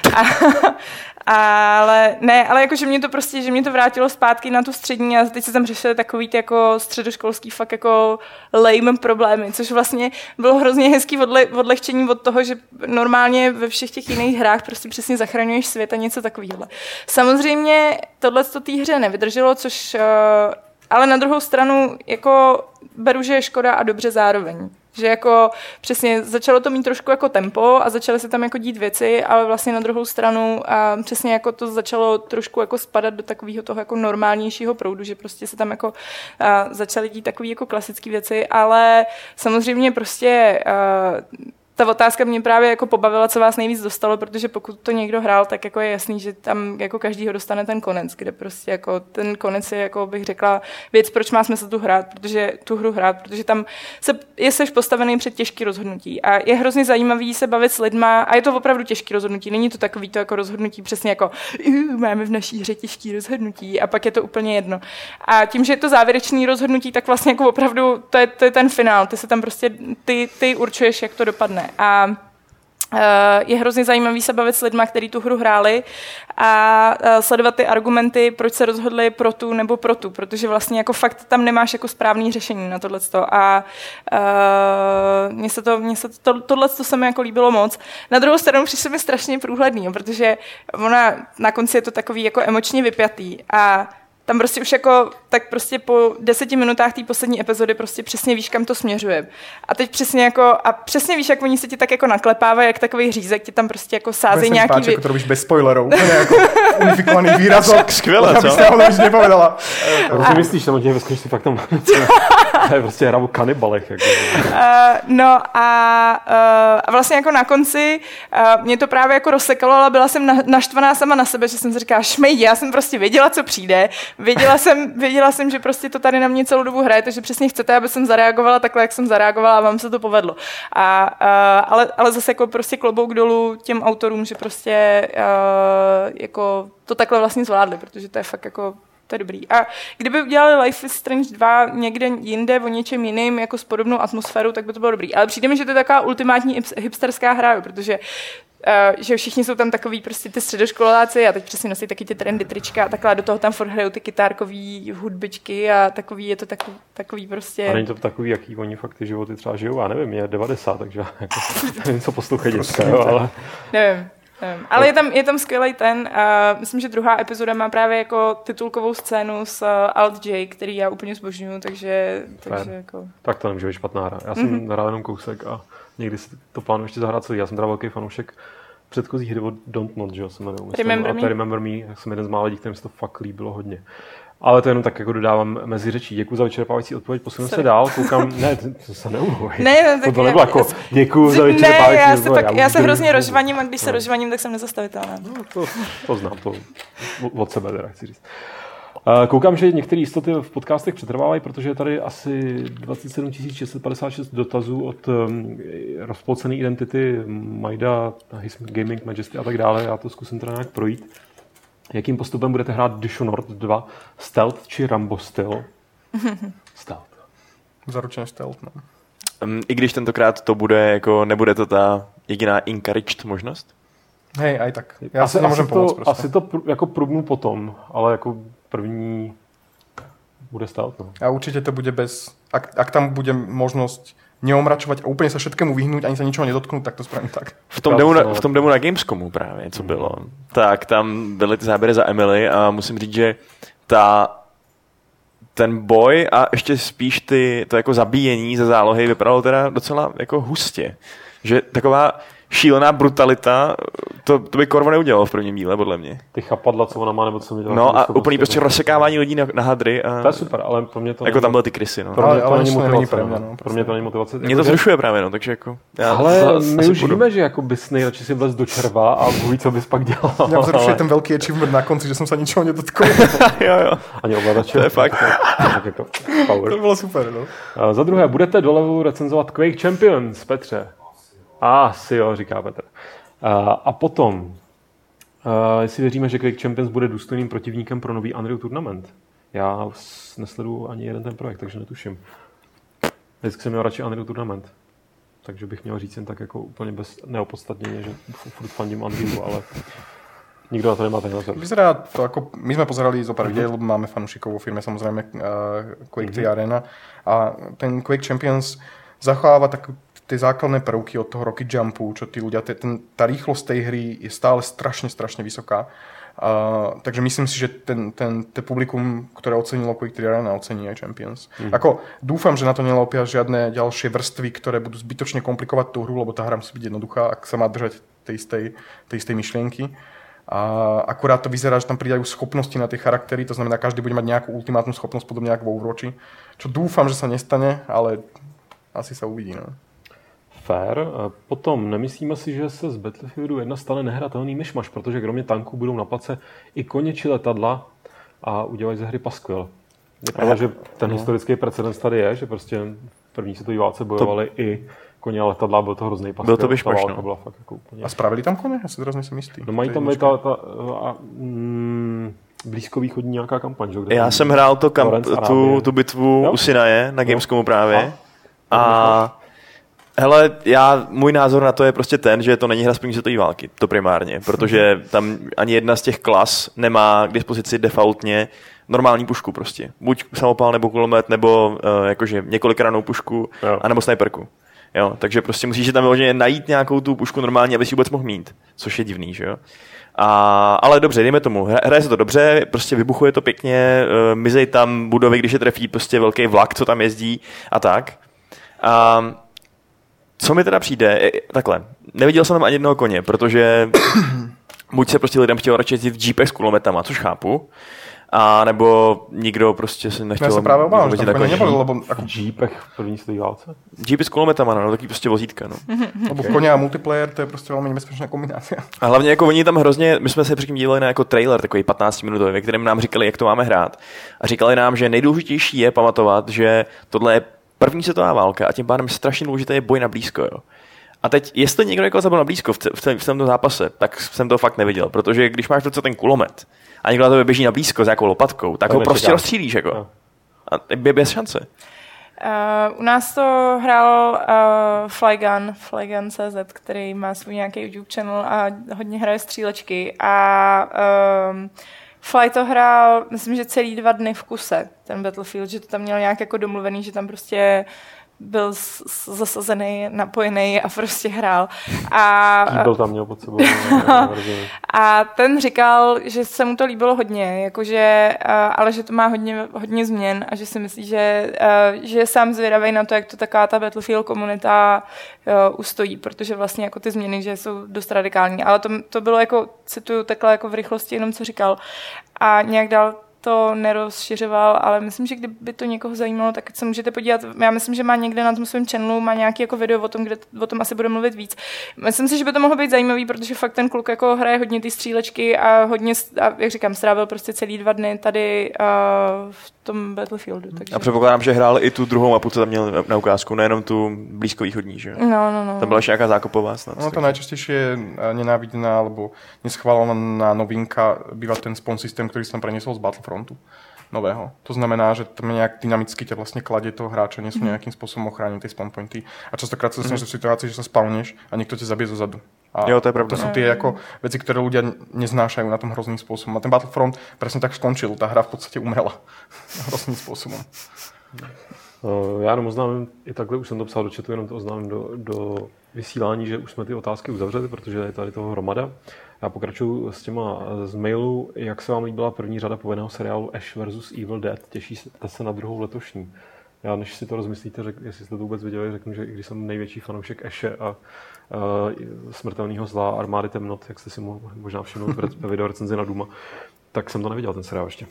Ale jako, že mě to vrátilo zpátky na tu střední a teď se tam řešily takový ty jako středoškolský fakt jako lame problémy, což vlastně bylo hrozně hezký odlehčení od toho, že normálně ve všech těch jiných hrách prostě přesně zachraňuješ svět a něco takového. Samozřejmě tohleto té hře nevydrželo, což ale na druhou stranu jako beru, že je škoda a dobře zároveň. Že jako přesně začalo to mít trošku jako tempo a začaly se tam jako dít věci, ale vlastně na druhou stranu přesně jako to začalo trošku jako spadat do takového toho jako normálnějšího proudu, že prostě se tam jako začaly dít takové jako klasické věci, ale samozřejmě prostě ta otázka mě právě jako pobavila, co vás nejvíc dostalo, protože pokud to někdo hrál, tak jako je jasný, že tam jako každýho dostane ten konec, kde prostě jako ten konec je, jako bych řekla, věc, proč má smysl tu hru hrát, protože tam jsi postavený před těžký rozhodnutí a je hrozně zajímavý se bavit s lidma a je to opravdu těžký rozhodnutí, není to takový to jako rozhodnutí přesně jako máme v naší hře těžký rozhodnutí a pak je to úplně jedno. A tím, že je to závěrečný rozhodnutí, tak vlastně jako opravdu to je ten finál, ty se tam prostě ty určuješ, jak to dopadne. A je hrozně zajímavý se bavit s lidma, kteří tu hru hráli a sledovat ty argumenty, proč se rozhodli pro tu nebo pro tu, protože vlastně jako fakt tam nemáš jako správný řešení na tohleto a tohleto se mi jako líbilo moc. Na druhou stranu přišlo mi strašně průhledný, protože ona na konci je to takový jako emočně vypjatý a tam prostě už jako, tak prostě po 10 minutách té poslední epizody prostě přesně víš, kam to směřuje. A teď přesně jako, a přesně víš, jak oni se ti tak jako naklepávají, jak takový řízek ti tam prostě jako sázejí nějaký... Páči, jako to robíš bez spoilerů, ne jako unifikovaný výrazok. Skvěle, co? Abyste ho už nepovedala. A si myslíš, samozřejmě ve skutečnosti fakt tam je prostě hra o kanibalech. Jako. A vlastně jako na konci mě to právě jako rozsekalo, ale byla jsem naštvaná sama na sebe, že jsem si říkala, šmejdi, já jsem prostě věděla, co přijde. Věděla jsem, že prostě to tady na mě celou dobu hraje, takže přesně chcete, aby jsem zareagovala takhle, jak jsem zareagovala a vám se to povedlo. Ale zase jako prostě klobouk dolů těm autorům, že prostě jako to takhle vlastně zvládli, protože to je fakt jako to je dobrý. A kdyby udělali Life is Strange 2 někde jinde o něčem jiným, jako s podobnou atmosférou, tak by to bylo dobrý. Ale přijde mi, že to je taková ultimátní hipsterská hra, protože že všichni jsou tam takový prostě ty středoškoláci a teď přesně nosí taky ty trendy trička a takhle do toho tam furt hrajou ty kytárkový hudbičky a takový je to takový prostě... A není to takový, jaký oni fakt ty životy třeba žijou? Já nevím, je 90, takže jako, nevím, co poslouchají děcka, ale... Nevím. Ale je tam skvělý ten, myslím, že druhá epizoda má právě jako titulkovou scénu s Alt J, který já úplně zbožňuju, takže jako... Tak to nemůže být špatná hra. Já jsem hrál jenom kousek a někdy si to plánuji ještě zahrát celý. Já jsem teda velký fanoušek předchozích hry od Don't Not, že jo, se jmenuji. Remember Me, já jsem jeden z mála lidí, kterým se to fakt líbilo hodně. Ale to jenom tak jako dodávám mezi řečí. Děkuji za vyčerpávající odpověď, posuneme se dál, koukám, ne, to se neumluví. To nebylo jako děkuji za vyčerpávající odpověď. Já se hrozně rozvaním a když se rozvaním, tak jsem nezastavitelná. No, to znám, to od sebe teda chci říct. Koukám, že některé jistoty v podcastech přetrvávají, protože je tady asi 27 656 dotazů od rozpolcené identity Majda, His Gaming Majesty a tak dále. Já to zkusím teda nějak projít. Jakým postupem budete hrát Dishonored 2? Stealth či Rambo styl? Stealth. Zaručeně stealth, no. I když tentokrát to bude, jako nebude to ta jediná encouraged možnost? Hej, aj tak. Já si nemůžem pomoct prostě. Asi to jako průbnu potom, ale jako první bude stealth, no. A určite to bude bez... Ak tam bude možnosť neomračovať a úplne sa všetkému vyhnúť, ani sa ničoho nedotknúť, tak to spravím tak. V tom demo na Gamescomu právě, co bylo, tak tam byly ty záběry za Emily a musím říct, že ten boj a ještě spíš to jako zabíjení ze zálohy vypadalo teda docela jako hustě. Že taková šílená brutalita, to by Corvo neudělal v prvním díle, podle mě. Ty chapadla, co ona má, nebo co mi dělá. No a úplný prostě rozsekávání lidí na hadry. A... To je super, ale pro mě to jako tam byly ty krysy, no. Pro mě to není motivace. Pro mě to není motivace. Mě to zrušuje právě, no, takže jako... Ale my už víme, že jako bys nejradši si vlez do červa a uvidí, co bys pak dělal. Mě zrušuje ten velký achievement na konci, že jsem se ničeho nedotkl. jo. Ani ovladače. To je fakt. Jako power. To bylo super, no. Za druhé, budete do levelu recenzovat Quake Champions, Petře? Asi jo, říká Petr. A potom, jestli věříme, že Quake Champions bude důstojným protivníkem pro nový Unreal Tournament. Já nesleduju ani jeden ten projekt, takže netuším. Vždycky jsem měl radši Unreal Tournament. Takže bych měl říct jen tak jako úplně bez neopodstatněně, že furt fandím Unrealu, ale nikdo na to nemá ten názor. Vyzerá to ako, my sme pozerali zo pár videí, lebo máme fanúšikov vo firme, samozrejme Quake 3 Arena. A ten Quake Champions zachováva tak tie základné prvky od toho Rocket Jumpu, čo tí ľudia, tá rýchlosť tej hry je stále strašne vysoká. Takže myslím si, že ten publikum, ktoré ocenilo Quake 3 Arena, ocení aj Champions. Ako dúfam, že na to nelopia žiadne ďalšie vrstvy, ktoré budú zbytočne komplikovať tú hru, lebo tá hra musí byť jednoduchá, ak sa má držať tej istej myšlienky. A akurát to vyzerá, že tam pridajú schopnosti na tie charaktery, to znamená, každý bude mať nejakú ultimátnu schopnosť, podobne ako vo Overwatchi, čo dúfam, že sa nestane, ale asi sa uvidí. No. Fair. Potom nemyslíme si, že se z Battlefieldu 1 stane nehratelný myšmaš, protože kromě tanků budou na place i koně či letadla a udělají ze hry paskvil. Je pravda, že ten historický precedens tady je, že prostě v první světové válce bojovali i koně a letadla, byl to hrozný paskvil. Byl to myšmaš, no. Byla fakt jako úplně... A spravili tam koně? Já si teraz nejsem jistý. No mají tam blízkovýchodní nějaká kampaň, že? Já jsem hrál tu bitvu u Sinaje na Gamescomu právě. A hele, můj názor na to je prostě ten, že to není hra z první světové války, to primárně, protože tam ani jedna z těch klas nemá k dispozici defaultně normální pušku prostě. Buď samopal, nebo kulomet, nebo jakože několikarannou pušku, anebo snajperku. Jo, takže prostě musíš tam vyloženě najít nějakou tu pušku normální, aby si vůbec mohl mít, což je divný, že jo. Ale dobře, dejme tomu, hraje se to dobře, prostě vybuchuje to pěkně, mizej tam budovy, když je trefí prostě velký vlak, co tam jezdí a tak. Co mi teda přijde, takhle, neviděl jsem tam ani jednoho koně, protože buď se prostě lidem chtělo radši jezdit v jeepech s kulometama, což chápu, a nebo nikdo prostě se nechtěl... Já se právě obávám, že tam koně neboli, lebo... V jeepech v první světové válce? Jeepy s kulometama, no, taky prostě vozítka, no. Lebo koně a multiplayer, to je prostě velmi nebezpečná kombinace. A hlavně jako oni tam hrozně, my jsme se předtím díleli na jako trailer, takový 15-minutový, ve kterém nám říkali, jak to máme hrát. A říkali nám, že nejdůležitější je pamatovat, že tohle je první světová válka a tím pádem strašně důležité je boj na blízko, jo. A teď, jestli někdo jako zabil na blízko v tomto zápase, tak jsem to fakt neviděl, protože když máš docela ten kulomet a někdo na tebe běží na blízko s nějakou lopatkou, tak ho prostě rozstřílíš, jako. No. A bez šance. U nás to hrál Flygun.cz, který má svůj nějaký YouTube channel a hodně hraje střílečky a Fly to hrál, myslím, že celý 2 dny v kuse, ten Battlefield, že to tam měl nějak jako domluvený, že tam prostě byl zasazený, napojený a prostě hrál. Byl tam měl pod sebou. A ten říkal, že se mu to líbilo hodně, jakože, ale že to má hodně změn a že si myslí, že je sám zvědavý na to, jak to taková ta Battlefield komunita ustojí, protože vlastně jako ty změny, že jsou dost radikální. Ale to bylo jako, cituju takhle jako v rychlosti jenom, co říkal. A nějak dál to nerozšiřoval, ale myslím, že kdyby to někoho zajímalo, tak se můžete podívat. Já myslím, že má někde na tom svém channelu má nějaký jako video o tom, kde o tom asi bude mluvit víc. Myslím si, že by to mohlo být zajímavý, protože fakt ten kluk jako hraje hodně ty střílečky a hodně, jak říkám, strávil prostě celý 2 dny tady v tom Battlefieldu. Takže... A předpokládám, že hrál i tu druhou mapu, co tam měl na ukázku, nejenom tu blízkovýchodní, že? No. To byla ještě nějaká zákopová snad. No to najčastejšie nenávidená alebo neschválená novinka býva ten spawn systém, ktorý som preniesol z Battlefrontu nového. To znamená, že tam nejak dynamicky ťa vlastne kladie toho hráča, nie sú nejakým spôsobom ochránené tie spawn pointy. A častokrát sa dostaneš do situácii, že sa spawneš a niekto ťa zabije zozadu. A jo, to je pravda. To sú tie ako veci, ktoré ľudia neznášajú na tom hrozným spôsobom. A ten Battlefront presne tak skončil. Tá hra v podstate umrela hrozným spôsobom. Já jenom oznámím, i takhle už jsem to psal do chatu, jenom to oznámím do vysílání, že už jsme ty otázky uzavřeli, protože je tady toho hromada. Já pokračuju s těma z mailu. Jak se vám líbila první řada povinného seriálu Ash vs. Evil Dead? Těšíte se na druhou letošní? Já než si to rozmyslíte, jestli jste to vůbec viděli, řeknu, že i když jsem největší fanoušek Ashe a smrtelného zla Armády temnot, jak jste si možná všimnout ve videorecenzi na Duma, tak jsem to neviděl, ten seriál ještě.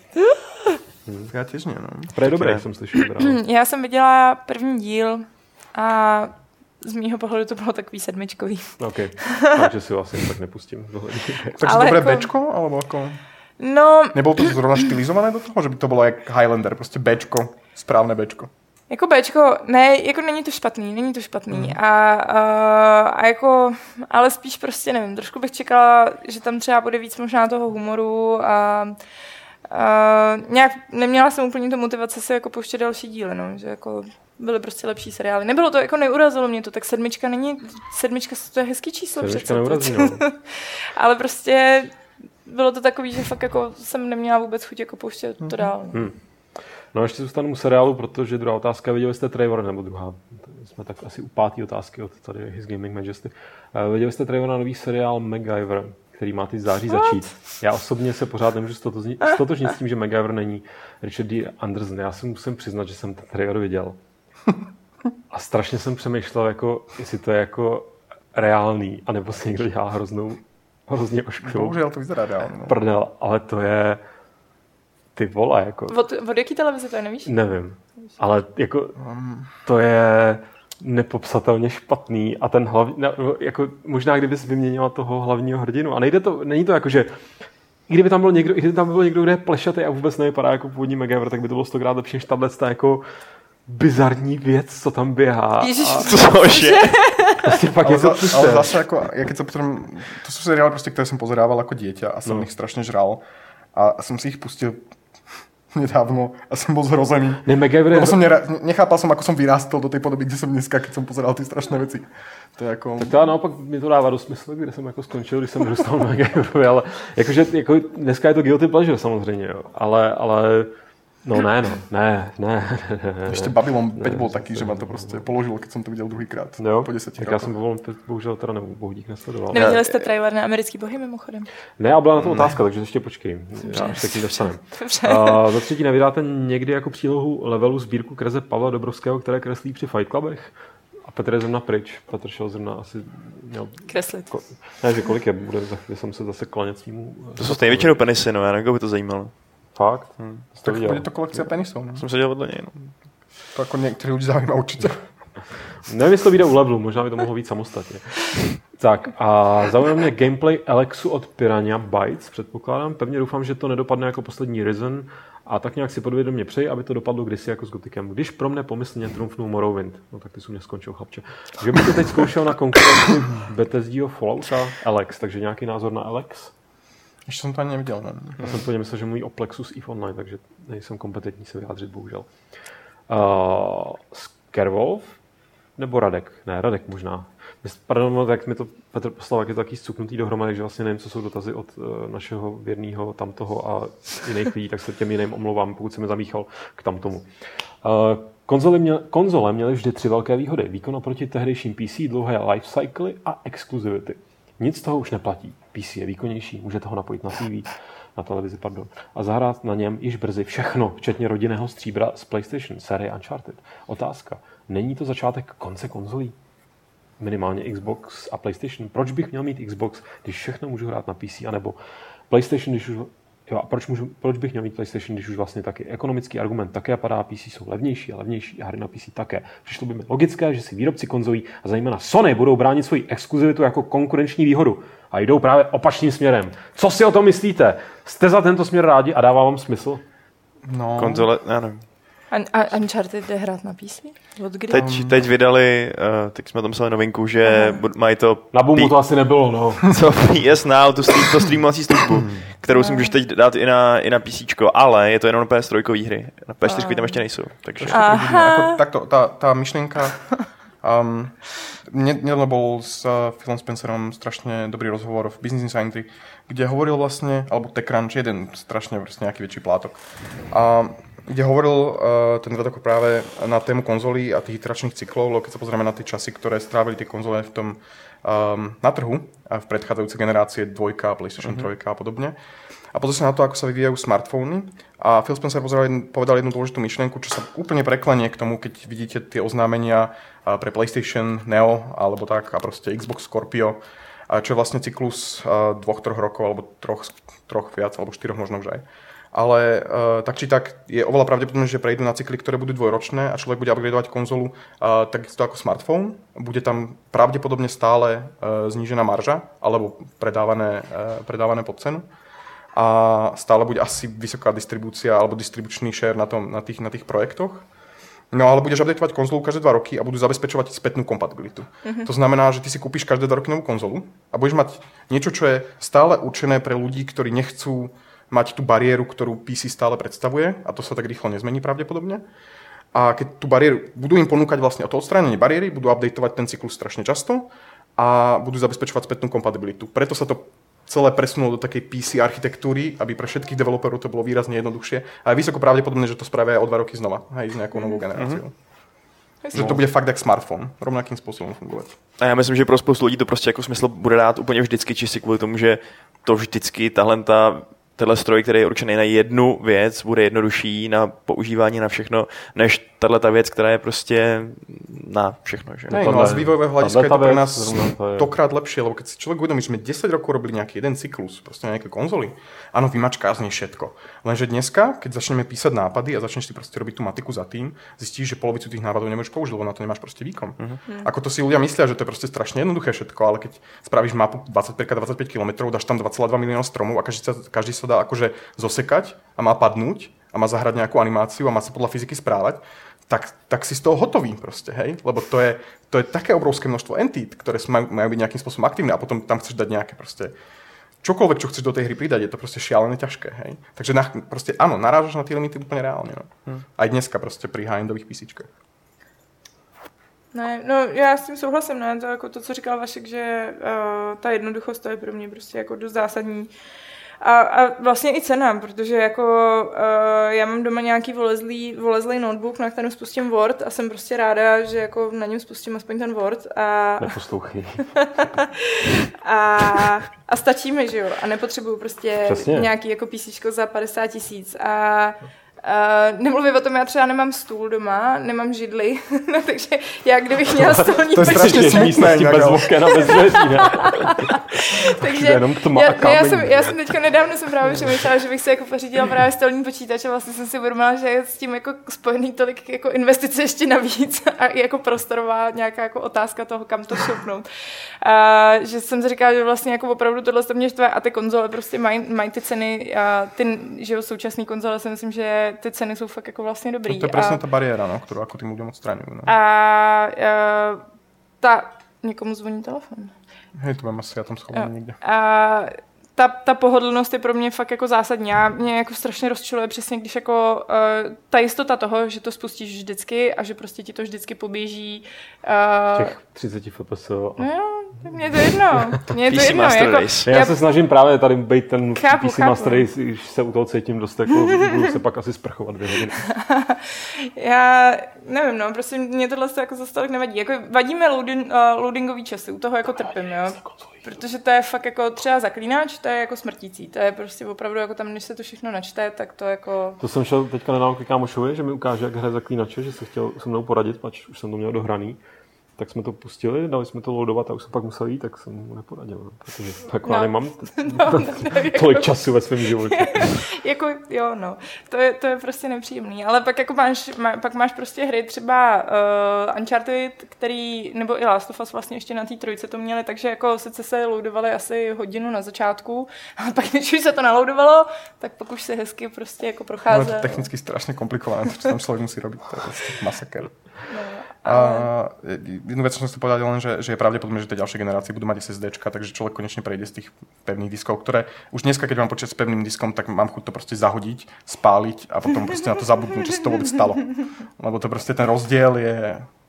Já těž ne, no. Prej dobrý, jsem slyšel. Já jsem viděla první díl a z mýho pohledu to bylo takový 7. OK, takže si ho asi tak nepustím. Takže dobré jako... Bčko, alebo jako... No... Nebylo to zrovna stylizované do toho, že by to bylo jak Highlander, prostě Bčko, správné Bčko. Jako Bčko, ne, jako není to špatný. A jako, ale spíš prostě nevím, trošku bych čekala, že tam třeba bude víc možná toho humoru a nějak neměla jsem úplně tu motivaci se jako pouštět další díly, no, že jako byly prostě lepší seriály. Nebylo to, jako neurazilo mě to, tak 7 to je hezký číslo přece. Neurazí, no. Ale prostě bylo to takový, že fakt jako jsem neměla vůbec chuť jako pouštět to dál. No. No ještě zůstanu u seriálu, protože druhá otázka, viděli jste Trevor, nebo druhá, jsme tak asi u 5. otázky od tady His Gaming Majesty. Viděli jste Trevor na nový seriál MacGyver, který má teď září začít. Já osobně se pořád nemůžu stotožnit s tím, že MacGyver není Richard D. Anderson. Já si musím přiznat, že jsem ten Trevor viděl. A strašně jsem přemýšlel, jako, jestli to je jako reálný, anebo si někdo dělá hrozně ošklivou. Bohužel to vyzerá reálně. No. Prdel, ale to je... Ty vole, jako... Od jaký televize to je, nevíš? Nevím, ale jako to je nepopsatelně špatný a ten hlavní, jako možná kdybys vyměnila toho hlavního hrdinu a není to jako, že kdyby tam byl někdo, kdo je plešatý a vůbec nevypadá jako původní MacGyver, tak by to bylo 100krát lepší než tato jako bizarní věc, co tam běhá. Cože? Prostě fakt ale zase jako, to jsou seriály prostě, které jsem pozerával jako dieťa a jsem ich strašně žral a jsem si ich pustil nedávno a jsem byl zhrozený. Nechápal som, ako som vyrástol do tej podoby, kde som dneska, keď som pozeral tie strašné veci. To je jako... Tak to naopak mi to dává do smyslu, kde jsem jako skončil, když jsem dostal MacGyverovi, ale jakože jako dneska je to guilty pleasure samozřejmě, jo. Ale no ne. Ešte Babylon 5 bol taký, že ma to prostě položilo, keď som to viděl druhýkrát. Po 10 tak já jsem Babylon 5 bohužel teda bohudík nesledoval. Neviděli jste trailer na Americký bohy mimochodem? Ne, a byla na to otázka, takže ještě počkej. Já až taky dostanem. Za třetí, nevydáte někdy jako přílohu levelu sbírku kreseb Pavla Dobrovského, které kreslí při Fight Clubech? A Petr je zrovna pryč. Petr šel zrovna asi měl... Kreslit. Ne, že kolik je, bude za chvíli jsem se zase klanět svýmu... To jsou největšinou penisy, no, já nevím, by to zajímalo. Fakt? Tak bude to kolekcia penisov, no. Jsem seděl vedle něj, no. To jako některý lidi zajímá určitě. Nevím, jestli to vyjde u levelu, možná by to mohlo být samostatně. Tak a zaujme mě gameplay Alexu od Piranha Bytes, předpokládám. Pevně doufám, že to nedopadne jako poslední Risen a tak nějak si podvědomě přeji, aby to dopadlo kdysi jako s Gothicem. Když pro mne pomyslně trumfnul Morrowind, no tak ty jsi mě skončil, chlapče. Že bych to teď zkoušel na konkurenci Bethesdyho Fallouta Alex, takže nějaký názor na Alex? Ještě jsem to ani neviděl, ne? Já jsem to myslel, že mluví o Plexus EVE Online, takže nejsem kompetentní se vyjádřit, bohužel. Scarewolf? Nebo Radek? Ne, Radek možná. Pardon, tak mi to Petr poslal, jak je to taky zcuknutý dohromady, že vlastně nevím, co jsou dotazy od našeho věrného tamtoho a jiných lidí, tak se těm jiným omlouvám, pokud jsem je zamíchal k tamtomu. Konzole měly vždy 3 velké výhody. Výkon oproti tehdejším PC, dlouhé life cycly a exkluzivity. Nic z toho už neplatí. PC je výkonnější, můžete ho napojit na televizi, a zahrát na něm již brzy všechno, včetně rodinného stříbra z PlayStation, série Uncharted. Otázka, není to začátek konce konzolí? Minimálně Xbox a PlayStation. Proč bych měl mít Xbox, když všechno můžu hrát na PC, anebo PlayStation, když už... Jo, a proč bych měl mít PlayStation, když už vlastně taky ekonomický argument také padá, PC jsou levnější a hry na PC také. Přišlo by mi logické, že si výrobci konzolí a zejména Sony budou bránit svoji exkluzivitu jako konkurenční výhodu a jdou právě opačným směrem. Co si o tom myslíte? Jste za tento směr rádi a dává vám smysl? No. Konzole, já nevím. A Uncharted jde hrát na PC? Od kdy? Teď vydali, teď jsme tam psali novinku, že mají to... Na Boomu to asi nebylo, no. Co PS Now, to streamovací službu, kterou si můžeš teď dát i na PCčko, ale je to jenom na PS3 hry. Na PS4 tam ještě nejsou. Takže... Jako, takto, ta myšlienka... Nedávno bol s Philom Spencerom strašne dobrý rozhovor v Business Insider, kde hovoril vlastne, alebo TechCrunch, jeden strašne nejaký väčší plátok, kde hovoril ten redaktor práve na tému konzolí a tých iteračných cyklov, lebo keď sa pozrieme na tie časy, ktoré strávili tie konzole v tom na trhu, v predchádzajúcej generácie 2, PlayStation 3 a podobne. a pozri sa na to, ako sa vyvíjajú smartfóny. A Phil Spencer povedal jednu dôležitú myšlienku, čo sa úplne preklenie k tomu, keď vidíte tie oznámenia pre PlayStation Neo alebo tak a proste Xbox Scorpio, čo je vlastne cyklus 2-3 rokov alebo troch viac, alebo 4 možno už aj. Ale tak či tak je oveľa pravdepodobné, že prejdú na cykly, ktoré budú dvojročné a človek bude upgradovať konzolu takisto ako smartfón. Bude tam pravdepodobne stále znížená marža alebo predávané pod cenu. A stále bude asi vysoká distribúcia alebo distribučný share na tých projektoch. No ale budeš updateovať konzolu každé 2 roky a budú zabezpečovať spätnú kompatibilitu. To znamená, že ty si kúpiš každé 2 roky novú konzolu a budeš mať niečo, čo je stále určené pre ľudí, ktorí nechcú mať tú bariéru, ktorú PC stále predstavuje, a to sa tak rýchlo nezmení pravdepodobne. A keď tú bariéru budú im ponúkať vlastne o to odstránenie bariéry, budú updateovať ten cyklus strašne často a budú zabezpečovať spätnú kompatibilitu. Preto sa to celé presunulo do takej PC architektúry, aby pre všetkých developerov to bolo výrazne jednoduchšie. A je vysoko pravdepodobné, že to spravia aj o 2 roky znova, aj s nejakou novou generáciou. Že to bude fakt jak smartphone, rovnakým způsobem fungovat. A já myslím, že pro spoustu lidí to prostě jako smysl bude dát úplně vždycky, čistě kvůli tomu, že to vždycky tenhle stroj, který je určený na jednu věc, bude jednodušší na používání na všechno, než tato věc, která je prostě na všechno. Že? No a z vývojového hľadiska je to pre nás 100-krát lepšie, lebo keď si človek uvedomí, že sme 10 rokov robili nejaký jeden cyklus, proste na nejaké konzoly, áno, vymačká z nej všetko. Lenže dneska, keď začneme písať nápady a začneš si proste robiť tú matiku za tým, zistíš, že polovicu tých nápadov nemôžeš použiť, lebo na to nemáš proste výkon. Ako to si ľudia myslia, že to je proste strašne jednoduché všetko, ale keď spravíš mapu 25x25 km, dáš tam 2,2 milióna stromov a každý sa dá akože zosekať a má padnúť a má zahrať nejakú animáciu a má sa podľa fyziky správať, tak si z toho hotový proste, hej? Lebo to je také obrovské množstvo entít, ktoré majú byť nejakým spôsobom aktívne a potom tam chceš dať nejaké proste čokoľvek, čo chceš do tej hry pridať, je to proste šialené ťažké, hej? Takže proste áno, narážaš na tie limity úplne reálne, no. Aj dneska proste pri high-endových PCčkách. Ne, no já s tím souhlasím, ne? To jako to, co říkal Vašek, že ta jednoduchost, to je pro mě prostě jako dost zásadní. A vlastně i cena, protože jako já mám doma nějaký volezlý notebook, na kterém spustím Word a jsem prostě ráda, že jako na něm spustím aspoň ten Word a... Neposlouchej. a stačí mi, že jo? A nepotřebuju prostě přesně nějaký jako PCčko za 50 000 a... nemluvím o tom, já třeba nemám stůl doma, nemám židli, no, takže já kdybych měla stolní počítač... To je strašně smutné. Bez okna, bez dveří, ne? Takže já jsem teďka nedávno právě přemýšlela, že bych si jako pořídila právě stolní počítač a vlastně jsem si uvědomila, že je s tím jako spojený tolik jako investice ještě navíc a jako prostorová nějaká jako otázka toho, kam to šoupnout. Že jsem si říkala, že vlastně jako opravdu tohle to mě štve a ty konzole prostě mají ty ceny a ty, že jo, současný konzole si myslím, že ty ceny jsou fakt jako vlastně dobrý. To je přesně ta bariéra, no, kterou jako tým lidem odstraňují. No. Někomu zvoní telefon. Hej, to mám asi, já tam schovám někde. Ta pohodlnost je pro mě fakt jako zásadní. Mě jako strašně rozčiluje přesně, když jako ta jistota toho, že to spustíš vždycky a že prostě ti to vždycky poběží. Těch 30 fps. Mně je to jedno. Já se snažím právě tady být ten PC Master Race, když se u toho cítím dost, jako budu se pak asi sprchovat 2 hodiny. Já nevím, no, prostě mě tohle jako zase tolik nevadí. Jako vadí mi loadingový časy, u toho jako trpím, jo. Protože to je fakt jako třeba Zaklínač, to je jako smrtící. To je prostě opravdu jako tam, než se to všechno načte, tak to jako... To jsem šel teďka nedávno ke kámošovi, že mi ukáže, jak hraje Zaklínače, že se chtěl se mnou poradit, pač už jsem to měl dohraný. Tak jsme to pustili, dali jsme to loadovat a už jsem pak musel jít, tak jsem mu neporadil, protože tak nemám tolik času ve svém životě. Jako, jo, no, to je prostě nepříjemný, ale pak jako máš prostě hry třeba Uncharted, který, nebo i Last of Us vlastně ještě na té 3 to měli, takže jako sice se loadovali asi hodinu na začátku, ale pak když už se to naloadovalo, tak pak už se hezky prostě jako prochází. No, je to technicky strašně komplikované, co tam člověk musí robiť, to je prostě masaker. No. Jednu vec som si povedal len, že je pravdepodobné, že tie ďalšie generácie budú mať SSDčka, takže človek konečne prejde z tých pevných diskov, ktoré už dneska, keď mám počítať s pevným diskom, tak mám chuť to proste zahodiť, spáliť a potom proste na to zabudnúť, že sa to vôbec stalo. Lebo to proste ten rozdiel je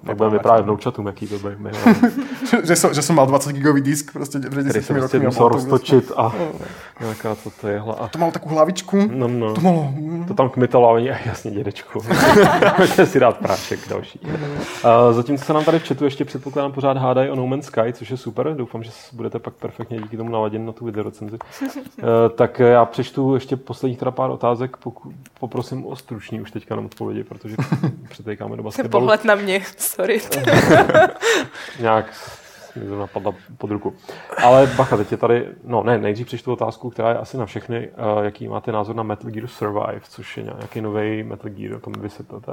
Tak budeme vyprávět vnoučatům, jaký to bude. že jsem mal 20 gigový disk prostě v 10 rokmi. Prostě musel roztočit a nějaká to je hla. A to malo takú hlavičku. No. To tam kmitalo a oni, jasně dědečku. Můžete si dát prášek další. Zatímco se nám tady v chatu ještě předpokládám pořád hádají o No Man's Sky, což je super. Doufám, že budete pak perfektně díky tomu naladěni na tu videorecenzi. Tak já přečtu ještě posledních teda pár otázek. Poprosím o stručný už teďka na odpovědi, protože přetejkáme do basketbalu. Pohled na mě, sorry. Nějak mi to napadla pod ruku. Ale bacha, teď je tady, nejdřív přečtu otázku, která je asi na všechny. Jaký máte názor na Metal Gear Survive, což je nějaký nový Metal Gear, o tom vysvětlete?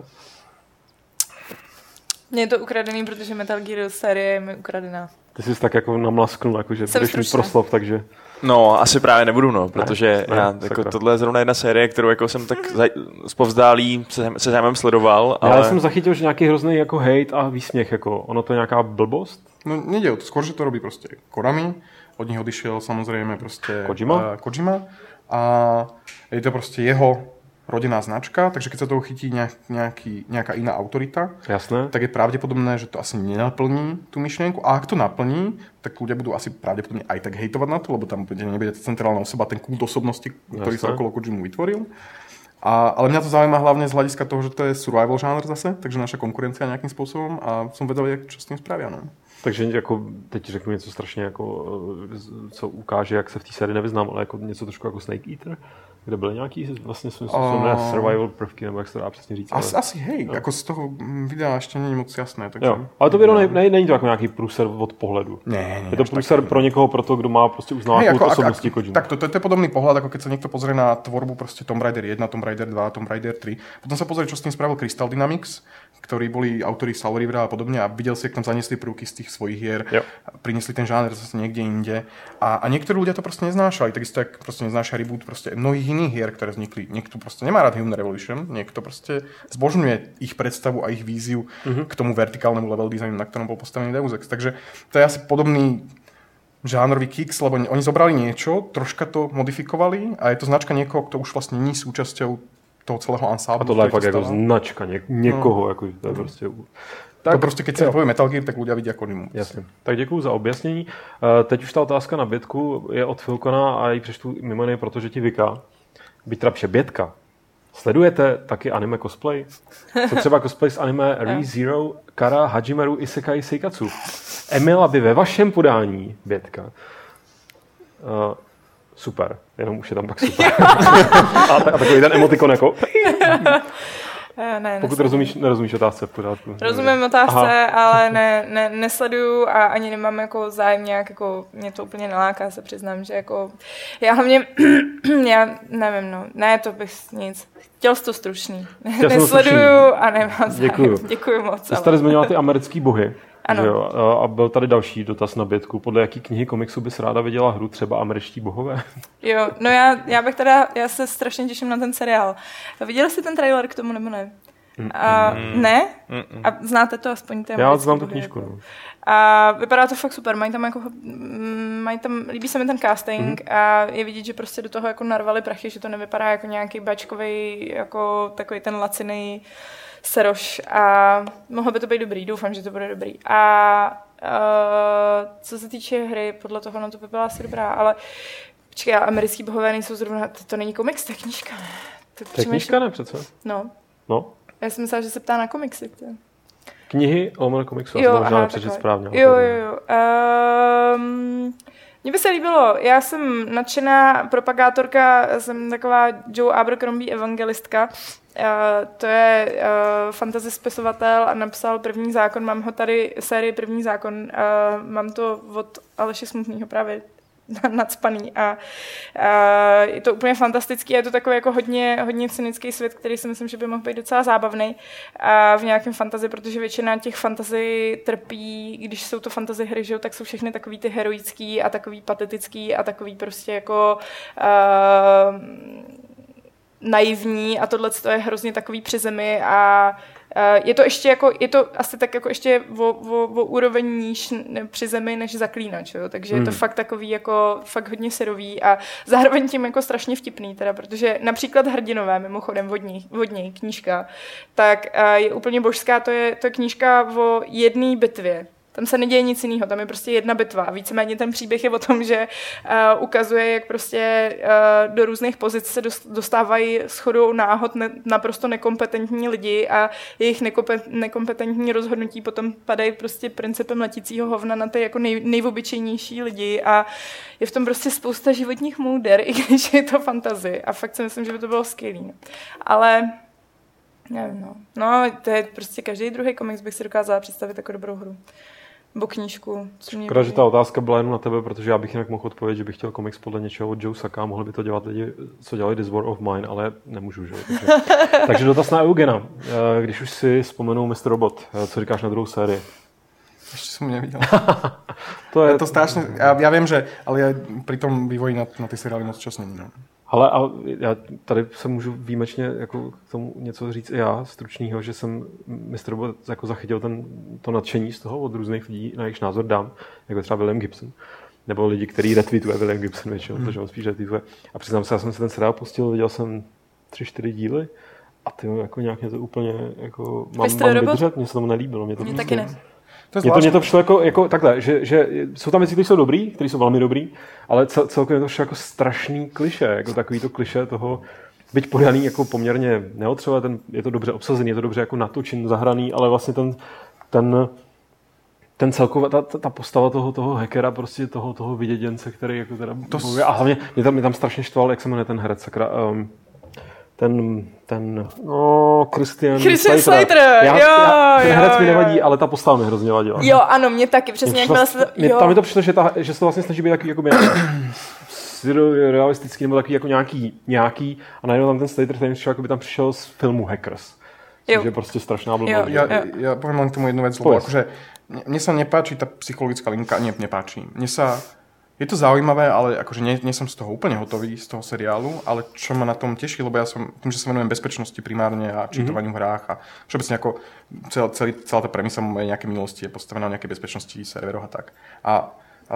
Mně je to ukradený, protože Metal Gear série je mi ukradená. Ty jsi tak jako namlasknul, jako, že budeš mít proslov, takže... No, asi právě nebudu, protože tohle je zrovna jedna série, kterou jako jsem tak zpovzdálí se zájmem sledoval. Ale... Já jsem zachytil, že nějaký hrozný jako hate a výsměch, jako ono to je nějaká blbost? No nejde o to, skôr, že to robí prostě Konami, od nich odišiel samozrejme prostě Kojima a je to prostě jeho rodinná značka, takže keď sa toho chytí nejaká iná autorita, jasné, tak je pravdepodobné, že to asi nenaplní tú myšlienku. A ak to naplní, tak ľudia budú asi pravdepodobne aj tak hejtovať na to, lebo tam nebude centrálna osoba, ten kult osobnosti, ktorý sa okolo Kojimu vytvoril. Ale mňa to zaujíma hlavne z hľadiska toho, že to je survival žánr zase, takže naša konkurencia nejakým spôsobom a som vedavý, čo s tým spravia. No. Takže jako, teď řeknu něco strašně, jako, co ukáže, jak se v té sérii nevyznám, ale jako něco trošku jako Snake Eater, kde byly nějaký vlastně survival prvky, nebo jak se to dá přesně říct. Asi hej, no. Jako z toho videa ještě není moc jasné. Takže... Jo, ale to video není to jako nějaký průser od pohledu. Ne, je to průser pro někoho, pro to, kdo má prostě uznávat jako osobnosti Kojima. Tak to je podobný pohľad, ako keď sa niekto pozrie na tvorbu prostě Tomb Raider 1, Tomb Raider 2, Tomb Raider 3. Potom sa pozrie, čo s tým spravil Crystal Dynamics, ktorí boli autori Soul Rivera a podobne a videl si, jak tam zaniesli prvky z tých svojich hier, priniesli ten žáner zase niekde inde. A niektorí ľudia to prostě neznášali, takisto jak prostě neznáša reboot prostě mnohých iných hier, ktoré vznikli. Niekto prostě nemá rád Human Revolution, niekto prostě zbožňuje ich predstavu a ich víziu k tomu vertikálnemu level designu, na ktorom bol postavený Deus Ex. Takže to je asi podobný žánrový kicks, lebo oni zobrali niečo, troška to modifikovali a je to značka niekoho, kto už vlastne nie súčasťou toho celého ansáblu. A tohle je fakt jako značka někoho, jako to je prostě... Tak, to prostě, keď se povie Metal Gear, tak ľudia vidia Kojimu. Jasně. Tak děkuju za objasnění. Teď už ta otázka na Bětku je od Filkona a ji přečtu mimo jiné, protože ti vyká. Byť trapše Bětka. Sledujete taky anime cosplay? Co třeba cosplay z anime ReZero, Kara, Hajimeru, Isekai, Seikatsu? Emila by ve vašem podání, Bětka. Super, jenom už je tam pak super. a takový ten emotikon jako... Ne, pokud nerozumíš otázce, v pořádku. Rozumím otázce, ale nesleduju a ani nemám jako zájem nějak, jako mě to úplně naláká, se přiznám, že jako já hlavně, já nevím, ne, to bych nic. Chtěl jsi to stručný. Nesleduju a nemám zájem. Děkuju moc. Jsi tady zmiňoval ty americký bohy. Ano. A byl tady další dotaz na Bětku. Podle jaký knihy komiksu bys ráda viděla hru třeba Američtí bohové? Jo, no já se strašně těším na ten seriál. Viděli jsi ten trailer k tomu, nebo ne? Ne? A znáte to aspoň? Já znám tu knížku. No. A vypadá to fakt super. Líbí se mi ten casting a je vidět, že prostě do toho jako narvali prachy, že to nevypadá jako nějaký bačkový, jako takový ten laciný seroš a mohlo by to být dobrý, doufám, že to bude dobrý. A co se týče hry, podle toho to by byla asi dobrá, ale počkej, americký bohové nejsou zrovna, to není komiks, to je knížka. To je knížka, ne přece? No. Já jsem myslela, že se ptá na komiksy. Knihy o komiksu, já jsem možná přečet správně. Jo. Mně by se líbilo, já jsem nadšená propagátorka, jsem taková Joe Abercrombie evangelistka. To je fantasy spisovatel a napsal První zákon, mám ho tady, sérii První zákon, mám to od Aleše Smutnýho právě nacpaný a je to úplně fantastický, je to takový jako hodně cynický svět, který si myslím, že by mohl být docela zábavný v nějakém fantasy, protože většina těch fantasy trpí, když jsou to fantasy hry, že jo, tak jsou všechny takový ty heroický a takový patetický a takový prostě jako naivní a tohle je hrozně takový při zemi a je to ještě jako, je to asi tak jako ještě o úroveň níž při zemi než Zaklínač, jo? Takže je to fakt takový jako fakt hodně syrový a zároveň tím jako strašně vtipný teda, protože například Hrdinové, mimochodem vodní knížka, tak je úplně božská, to je knížka o jedné bitvě. Tam se neděje nic jiného, tam je prostě jedna bitva. Víceméně ten příběh je o tom, že ukazuje, jak prostě do různých pozic se dostávají shodou náhod naprosto nekompetentní lidi a jejich nekompetentní rozhodnutí potom padají prostě principem letícího hovna na ty jako nejobyčejnější lidi a je v tom prostě spousta životních můder, i když je to fantasy. A fakt si myslím, že by to bylo skvělý. Ale nevím, no, to je prostě každý druhý komiks bych si dokázala představit jako dobrou hru. Nebo knížku. Škoda, že ta otázka byla jenom na tebe, protože já bych jinak mohl odpovědět, že bych chtěl komiks podle něčeho od Joe Sacca, mohli by to dělat lidi, co dělali This War of Mine, ale nemůžu, že? Takže dotaz na Eugena. Když už si vzpomenul Mr. Robot, co říkáš na druhou sérii? Ještě jsem neviděl. Je to strašně, já vím, že, ale já při tom vývoji na ty seriály moc čas není. Ale a já tady se můžu výjimečně jako k tomu něco říct i já, stručného, že jsem Mr. Robot jako zachytil to nadšení z toho od různých lidí, na jejich názor dám, jako třeba William Gibson, nebo lidi, kteří retweetuje William Gibson většinou, protože on spíš retweetuje. A přiznám se, já jsem si ten seriál pustil, viděl jsem 3-4 díly a ty jako nějak mě to úplně jako mám vydržet, mně se tomu nelíbilo. Mě taky ne. Mně to přišlo jako takhle, že jsou tam věci, které jsou dobrý, které jsou velmi dobrý, ale celkově to všechno jako strašný klišé, jako takový to klišé toho, byť podaný jako poměrně neotřele, je to dobře obsazený, je to dobře jako natočený, zahraný, ale vlastně ten celkově, ta postava toho hackera, prostě toho viděděnce, který jako teda bojuje, a hlavně mě tam strašně štval, jak se jmenuje ten herec, sakra, Christian Slater. Ten herec mi nevadí, ale ta postava mi hrozně vadila. Jo, ano, mě taky, přesně jak tam mi to přišlo, že se to vlastně snaží být takový jakoby realistický, nebo takový jako nějaký a najednou tam ten Slater, který přišel, jako by tam přišel z filmu Hackers. Což je prostě strašná blbost. Ja poviem len tomu jednu vec, lebo akože mne sa nepáči tá psychologická linka, nepáči. Je to zaujímavé, ale akože nie som z toho úplne hotový, z toho seriálu, ale čo ma na tom teší, lebo ja som, tým, že sa venujem bezpečnosti primárne a čítovaniu v hrách a všeobecne ako celá tá premisa mojej nejakej minulosti je postavená na nejakej bezpečnosti serverov a tak. A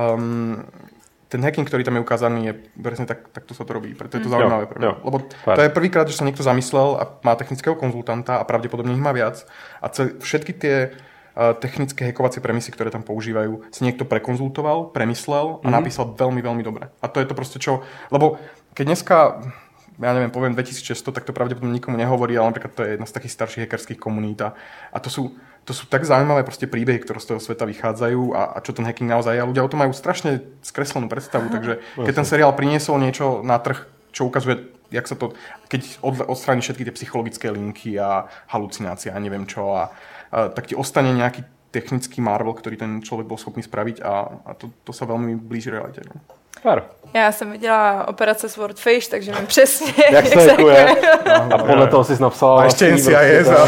ten hacking, ktorý tam je ukázaný, je presne takto sa to robí, preto je to zaujímavé pre mňa. Lebo to je prvýkrát, že sa niekto zamyslel a má technického konzultanta a pravdepodobne ich má viac a všetky tie technické hackovacie premisy, ktoré tam používajú, si niekto prekonzultoval, premyslel a napísal veľmi, veľmi dobre. A to je to proste čo... Lebo keď dneska, ja neviem, poviem 2600, tak to pravdepodobne nikomu nehovorí, ale napríklad to je jedna z takých starších hackerských komunít a to sú tak zaujímavé proste príbehy, ktoré z toho sveta vychádzajú a čo ten hacking naozaj je. A ľudia o tom majú strašne skreslenú predstavu, takže keď ten seriál priniesol niečo na trh, čo ukazuje, jak sa to... Keď odstráni všetky tie psychologické linky a halucinácie a neviem čo tak ti ostane nejaký technický marvel, ktorý ten človek bol schopný spraviť a to sa veľmi blíži realite. No. Já jsem viděla Operace Swordfish, takže vím přesně, jak se hackuje. A podle toho jsi napsala... A ještě NCIS a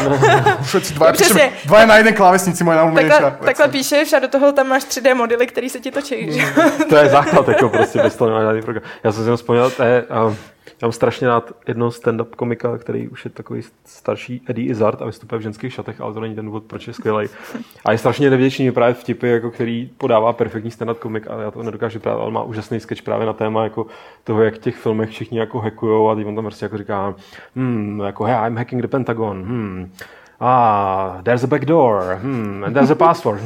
dva na jeden klávesnici moje naumějša. Takhle píšeš a do toho tam máš 3D modely, který se ti točí. To je základ, jako prostě bez toho nemáš žádný program. Já jsem si jenom vzpomněl, já mám strašně rád jednoho stand-up komika, který už je takový starší, Eddie Izzard, a vystupuje v ženských šatech, ale to není ten důvod, proč je skvělej. A je strašně nevděčný právě vtipy, jako který podává perfektní stand-up komik, a já to nedokážu právě, ale má úžasný sketch právě na téma jako toho, jak v těch filmech všichni jako hackujou, a teď on tam prostě jako říká, jako hey, I'm hacking the Pentagon, there's a backdoor, and there's a password,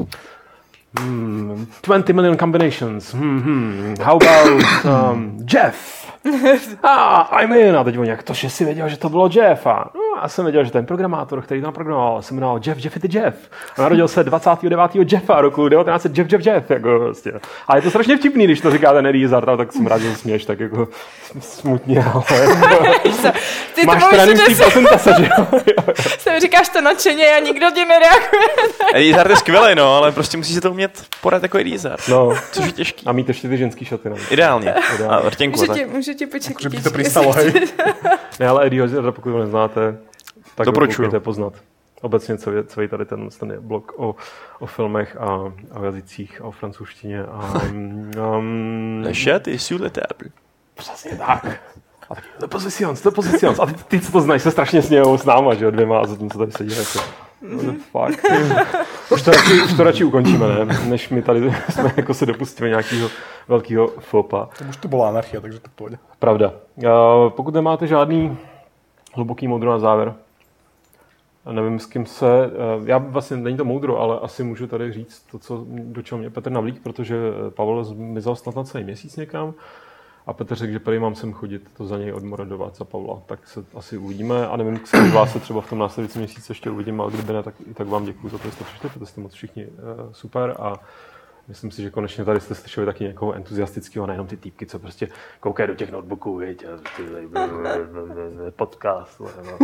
20 million combinations. How about Jeff? I'm in. A teď oni, jak to, že jsi věděl, že to bylo Jeff? A já jsem věděl, že ten programátor, který to naprogramoval, se jmenoval Jeffy the Jeff. A narodil se 29. Jeffa roku 1900 Jeff. Jako prostě. A je to strašně vtipný, když to říká ten Eddie Izzard, tak jsem rád, že směš, tak jako smutně, ale ty máš trénink v té prezentace, že jo? Jsem říkáš to nadšeně a nikdo ti nereaguje. Eddie Izzard je skvělej, no, ale prostě musíš se to umět podat jako Eddie Izzard. No. Což je těžký. A mít ještě ty ženský šaty. Ideálně. A vrtěnku. Můžu ti počít. Že by to přistalo, hej. Ne, ale Eddieho Izzarda, pokud ho neznáte, tak ho můžete poznat. Obecně celý tady ten blog o filmech a o jazycích a o francouzštině. Le chat est sur la table. Přesně tak. A taky, to pozicions. A ty, co to znají, se strašně smějou s náma, že jo, dvěma a zatímco tady sedí jako, fuck. Už to radši ukončíme, ne? Než my tady jsme jako se dopustíme nějakého velkého fopa. To už to byla anarchia, takže to půjde. Pravda. Pokud nemáte žádný hluboký moudro na závěr, nevím, s kým se... Já vlastně, není to moudro, ale asi můžu tady říct to, do čeho mě Petr navlík, protože Pavel zmizel snad na celý měsíc někam a Petr řekl, že prý mám sem chodit to za něj odmoradovat za Pavla. Tak se asi uvidíme a nevím, s kým vás se třeba v tom následujícím měsíci ještě uvidíme, ale kdyby ne, tak vám děkuji za to, že jste přišli, protože jste moc všichni super a myslím si, že konečně tady jste slyšeli taky někoho entuziastického, nejenom ty týpky, co prostě koukají do těch notebooků, viď, podcast.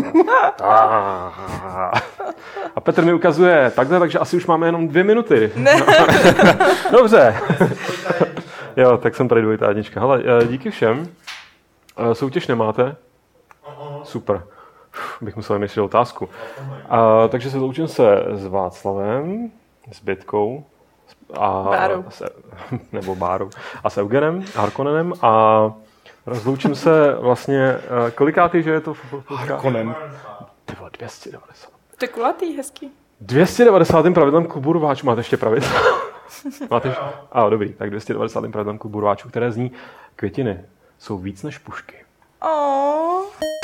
A Petr mi ukazuje takhle, takže asi už máme jenom 2 minuty. Dobře. Jo, tak jsem tady dvojitá jednička. Hele, díky všem. Soutěž nemáte? Super. Bych musel vymyslet otázku. Takže se loučím se s Václavem, s Bětkou, nebo Bárou. A s Eugenem Harkonnenem a rozloučím se vlastně, kolikátý, že je to? Harkonnen. 290. To je kulatý, hezký. 290. pravidlem klubu rváčů. Máte ještě pravidlo? Máte ještě? Dobrý. Tak 290. pravidlem klubu rváčů, které zní: květiny jsou víc než pušky. Oh.